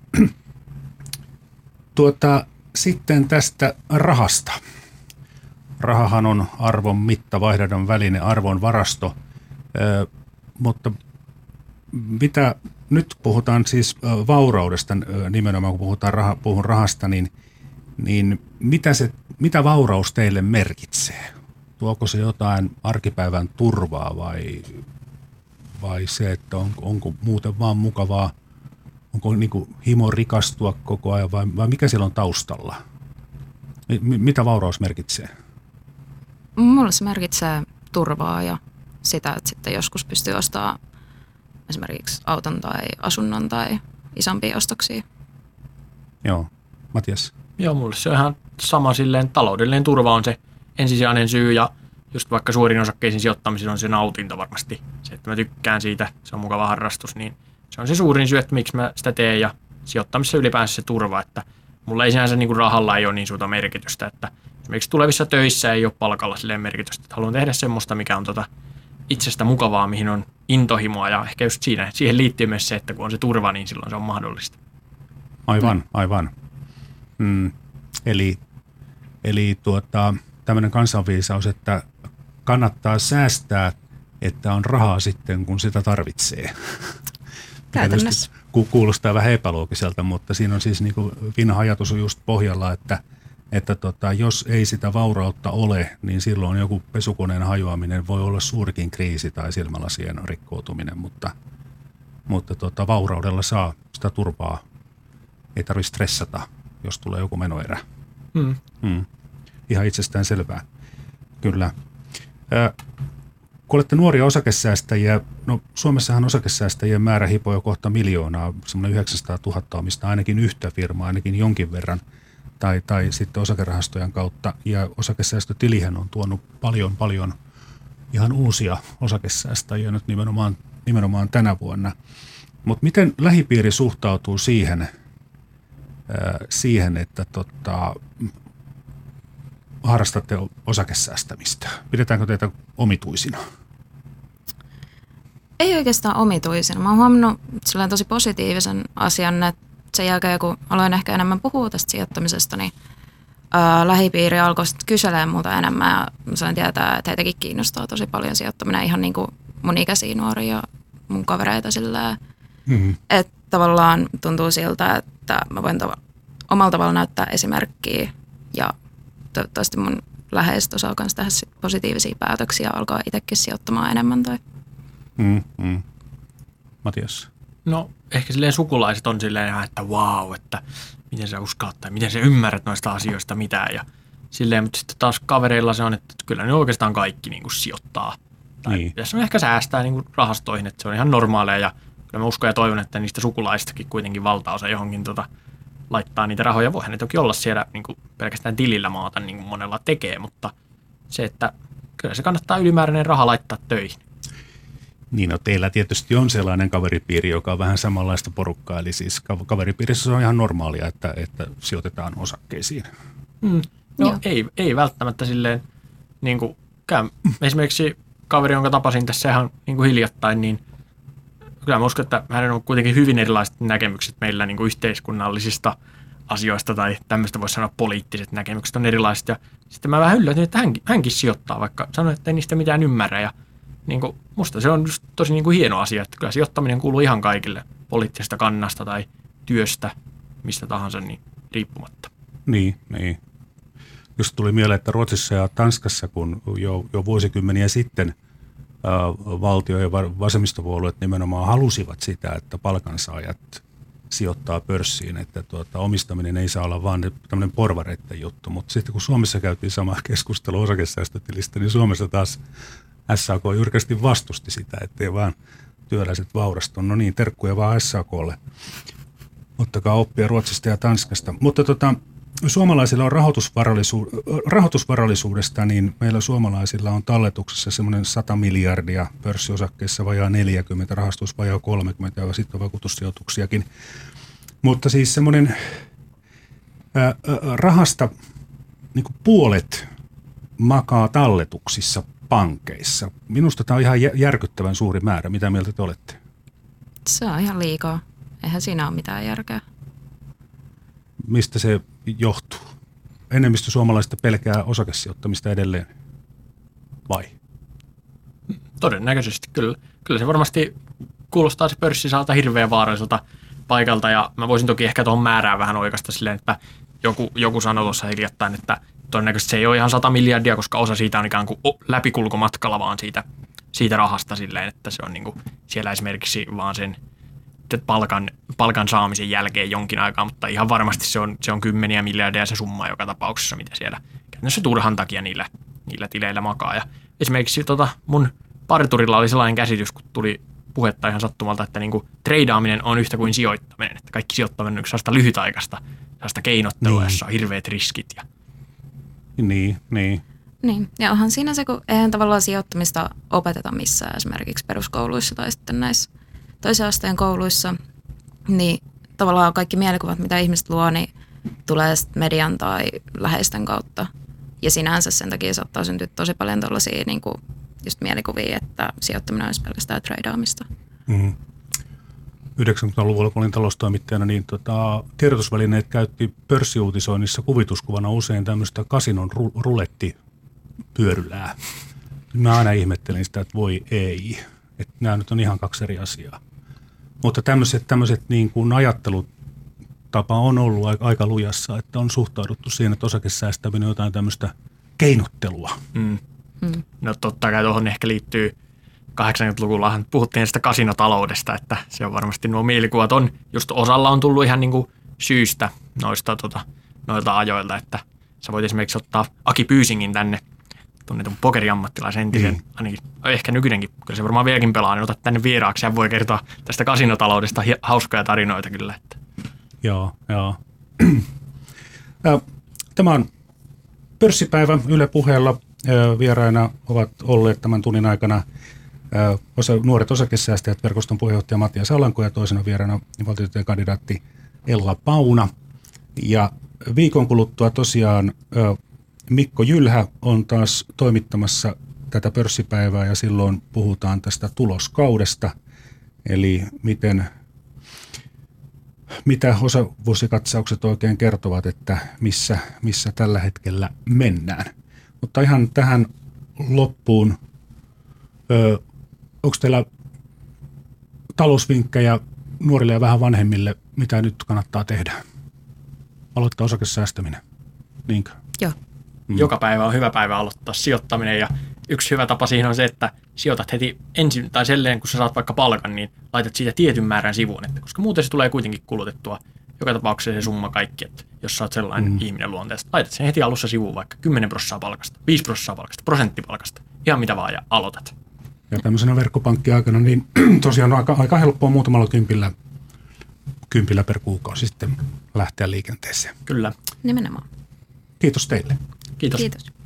Sitten tästä rahasta. rahahan on arvon mitta, vaihdannan väline, arvon varasto, mutta mitä nyt puhutaan siis vauraudesta nimenomaan, kun puhun rahasta, niin mitä vauraus teille merkitsee? Tuoko se jotain arkipäivän turvaa vai se, että onko muuten vaan mukavaa, onko niin kuin himo rikastua koko ajan vai mikä siellä on taustalla? Mitä vauraus merkitsee? Mulle se merkitsee turvaa ja sitä, että sitten joskus pystyy ostamaan esimerkiksi auton tai asunnon tai isompia ostoksia. Joo. Matias? Joo, mulle se on ihan sama silleen, taloudellinen turva on se ensisijainen syy ja just vaikka suorin osakkeisiin sijoittamisen on se nautinto varmasti. Se, että mä tykkään siitä, se on mukava harrastus, niin se on se suurin syy, että miksi mä sitä teen ja sijoittamisessa ylipäänsä se turva, että mulla ei sinänsä niin kuin rahalla ei ole niin suurta merkitystä, että esimerkiksi tulevissa töissä ei ole palkalla silleen merkitystä, että haluan tehdä semmoista, mikä on itsestä mukavaa, mihin on intohimoa ja ehkä just siihen liittyy myös se, että kun on se turva, niin silloin se on mahdollista. Aivan. Eli tämmöinen kansanviisaus, että kannattaa säästää, että on rahaa sitten, kun sitä tarvitsee. Käytännössä. Kuulostaa vähän epäloogiselta, mutta siinä on siis niin kuin vinha ajatus on just pohjalla, että jos ei sitä vaurautta ole, niin silloin joku pesukoneen hajoaminen voi olla suurikin kriisi tai silmälasien rikkoutuminen, mutta vauraudella saa sitä turvaa. Ei tarvitse stressata, jos tulee joku menoerä. Ihan itsestään selvää. Kyllä. Kun olette nuoria osakesäästäjiä, no Suomessahan osakesäästäjien määrä hipoo jo kohta 1 miljoonaa, semmoinen 900 000 omistaa ainakin yhtä firmaa, ainakin jonkin verran, tai sitten osakerahastojen kautta. Ja osakesäästötilihän on tuonut paljon ihan uusia osakesäästäjiä nyt nimenomaan tänä vuonna. Mutta miten lähipiiri suhtautuu siihen että harrastatte osakesäästämistä? Pidetäänkö teitä omituisina? Ei oikeastaan omituisina. Mä oon huomannut tosi positiivisen asian, että sen jälkeen kun aloin ehkä enemmän puhua tästä sijoittamisesta, niin lähipiiri alkoi sitten kyselemään multa enemmän ja mä sain tietää, että heitäkin kiinnostaa tosi paljon sijoittaminen ihan niin kuin mun ikäisiä nuoria ja mun kavereita silleen. Että tavallaan tuntuu siltä, että mä voin omalla tavalla näyttää esimerkkiä ja toivottavasti mun läheiset osaa myös tehdä positiivisia päätöksiä ja alkaa itsekin sijoittamaan enemmän. Matias? No ehkä silleen sukulaiset on silleen ihan, että vau, että miten sä uskallat tai miten sä ymmärrät noista asioista mitään ja silleen, mutta sitten taas kavereilla se on, että kyllä ne oikeastaan kaikki niin kuin sijoittaa. Tai tässä on ehkä säästää niin kuin rahastoihin, että se on ihan normaalia ja kyllä mä uskon ja toivon, että niistä sukulaistakin kuitenkin valtaosa johonkin laittaa niitä rahoja. Voihan ne toki olla siellä niin kuin pelkästään tilillä maata, niin kuin monella tekee, mutta se, että kyllä se kannattaa ylimääräinen raha laittaa töihin. Niin, no teillä tietysti on sellainen kaveripiiri, joka on vähän samanlaista porukkaa, eli siis kaveripiirissä se on ihan normaalia, että sijoitetaan osakkeisiin. No ei välttämättä silleen, niin kuin esimerkiksi kaveri, jonka tapasin tässä ihan niin kuin hiljattain, niin kyllä mä uskon, että hänen on kuitenkin hyvin erilaiset näkemykset meillä niin kuin yhteiskunnallisista asioista tai tämmöistä voisi sanoa poliittiset näkemykset on erilaiset. Ja sitten mä vähän yllätyin, että hänkin sijoittaa, vaikka sanoin, että ei niistä mitään ymmärrä. Ja niin kuin, musta se on just tosi niin kuin hieno asia, että kyllä sijoittaminen kuuluu ihan kaikille poliittisesta kannasta tai työstä, mistä tahansa niin riippumatta. Niin. Just tuli mieleen, että Ruotsissa ja Tanskassa, kun jo vuosikymmeniä sitten valtio ja vasemmistopuolueet nimenomaan halusivat sitä, että palkansaajat sijoittaa pörssiin, että omistaminen ei saa olla vaan tämmöinen porvareitten juttu. Mutta sitten kun Suomessa käytiin sama keskustelu osakesäästötilistä, niin Suomessa taas SAK jyrkästi vastusti sitä, ettei vaan työläiset vaurastu. No niin, terkkuja vaan SAKlle. Ottakaa oppia Ruotsista ja Tanskasta. Mutta suomalaisilla on rahoitusvarallisuudesta, niin meillä suomalaisilla on talletuksessa semmoinen 100 miljardia, pörssiosakkeissa vajaa 40, rahastus vajaa 30 ja sitten vakuutussijoituksiakin. Mutta siis semmoinen rahasta niin kuin puolet makaa talletuksissa pankeissa. Minusta tämä on ihan järkyttävän suuri määrä. Mitä mieltä te olette? Se on ihan liikaa. Eihän siinä ole mitään järkeä. Mistä se johtuu? enemmistö suomalaisista pelkää osakesijoittamista edelleen, vai? Todennäköisesti kyllä. Kyllä se varmasti kuulostaa se pörssisaalta hirveän vaaralliselta paikalta, ja mä voisin toki ehkä tuohon määrään vähän oikaista silleen, että joku sanoi tuossa hiljattain, että todennäköisesti se ei ole ihan 100 miljardia, koska osa siitä on ikään kuin läpikulkumatkalla vaan siitä rahasta silleen, että se on niin kuin siellä esimerkiksi vaan sen palkan saamisen jälkeen jonkin aikaa, mutta ihan varmasti se on kymmeniä miljardia se summa joka tapauksessa, mitä siellä käytännössä turhan takia niillä tileillä makaa. Ja esimerkiksi mun parturilla oli sellainen käsitys, kun tuli puhetta ihan sattumalta, että niin kuin treidaaminen on yhtä kuin sijoittaminen, että kaikki sijoittaminen on sellaista lyhytaikaista, sellaista keinottelua, jossa on hirveät riskit. Niin. Ja onhan siinä se, kun eihän tavallaan sijoittamista opeteta missään esimerkiksi peruskouluissa tai sitten näissä toisen asteen kouluissa, niin tavallaan kaikki mielikuvat, mitä ihmiset luo, niin tulee median tai läheisten kautta. Ja sinänsä sen takia saattaa syntyä tosi paljon tuollaisia niin kuin just mielikuvia, että sijoittaminen olisi pelkästään treidaamista. 90-luvulla, kun olin taloustoimittajana, niin tiedotusvälineet käytti pörssiuutisoinnissa kuvituskuvana usein tämmöistä kasinon rulettipyörylää. Mä aina ihmettelin sitä, että voi ei. Että nämä nyt on ihan kaksi eri asiaa. Mutta tämmöiset niin kuin ajattelutapa on ollut aika lujassa, että on suhtauduttu siihen, että osakesäästäminen on jotain tämmöistä keinottelua. No totta kai tuohon ehkä liittyy 80-luvullahan puhuttiin sitä kasinotaloudesta, että se on varmasti nuo mielikuvat on, just osalla on tullut ihan niin kuin syystä noilta ajoilta, että sä voit esimerkiksi ottaa Aki Pyysingin tänne, tunnetun pokeriammattilaisen entisen, ainakin ehkä nykyisenkin, kyllä se varmaan vieläkin pelaa, niin otat tänne vieraaksi ja voi kertoa tästä kasinotaloudesta hauskoja tarinoita kyllä. Että. Joo. Tämä on pörssipäivä Yle Puheella. Vieraina ovat olleet tämän tunnin aikana nuoret osakesäästäjät verkoston puheenjohtaja Matias Alanko ja toisena vieraana valtiotieteen kandidaatti Ella Pauna. Ja viikon kuluttua tosiaan Mikko Jylhä on taas toimittamassa tätä pörssipäivää ja silloin puhutaan tästä tuloskaudesta, eli mitä osavuosikatsaukset oikein kertovat, että missä tällä hetkellä mennään. Mutta ihan tähän loppuun, onko teillä talousvinkkejä nuorille ja vähän vanhemmille, mitä nyt kannattaa tehdä? Aloittaa osakesäästäminen, niinkö? Joo. Joka päivä on hyvä päivä aloittaa sijoittaminen ja yksi hyvä tapa siihen on se, että sijoitat heti ensin tai selleen, kun sä saat vaikka palkan, niin laitat siitä tietyn määrän sivuun, että koska muuten se tulee kuitenkin kulutettua joka tapauksessa se summa kaikki, että jos sä oot sellainen ihminen luonteesta, laitat sen heti alussa sivuun vaikka 10% palkasta, 5% palkasta, prosenttipalkasta, ihan mitä vaan ja aloitat. Ja tämmöisenä verkkopankkiaikana, niin tosiaan on aika helppoa muutamalla kympillä per kuukausi sitten lähteä liikenteeseen. Kyllä. Nimenomaan. Kiitos teille. Kiitos. Kiitos.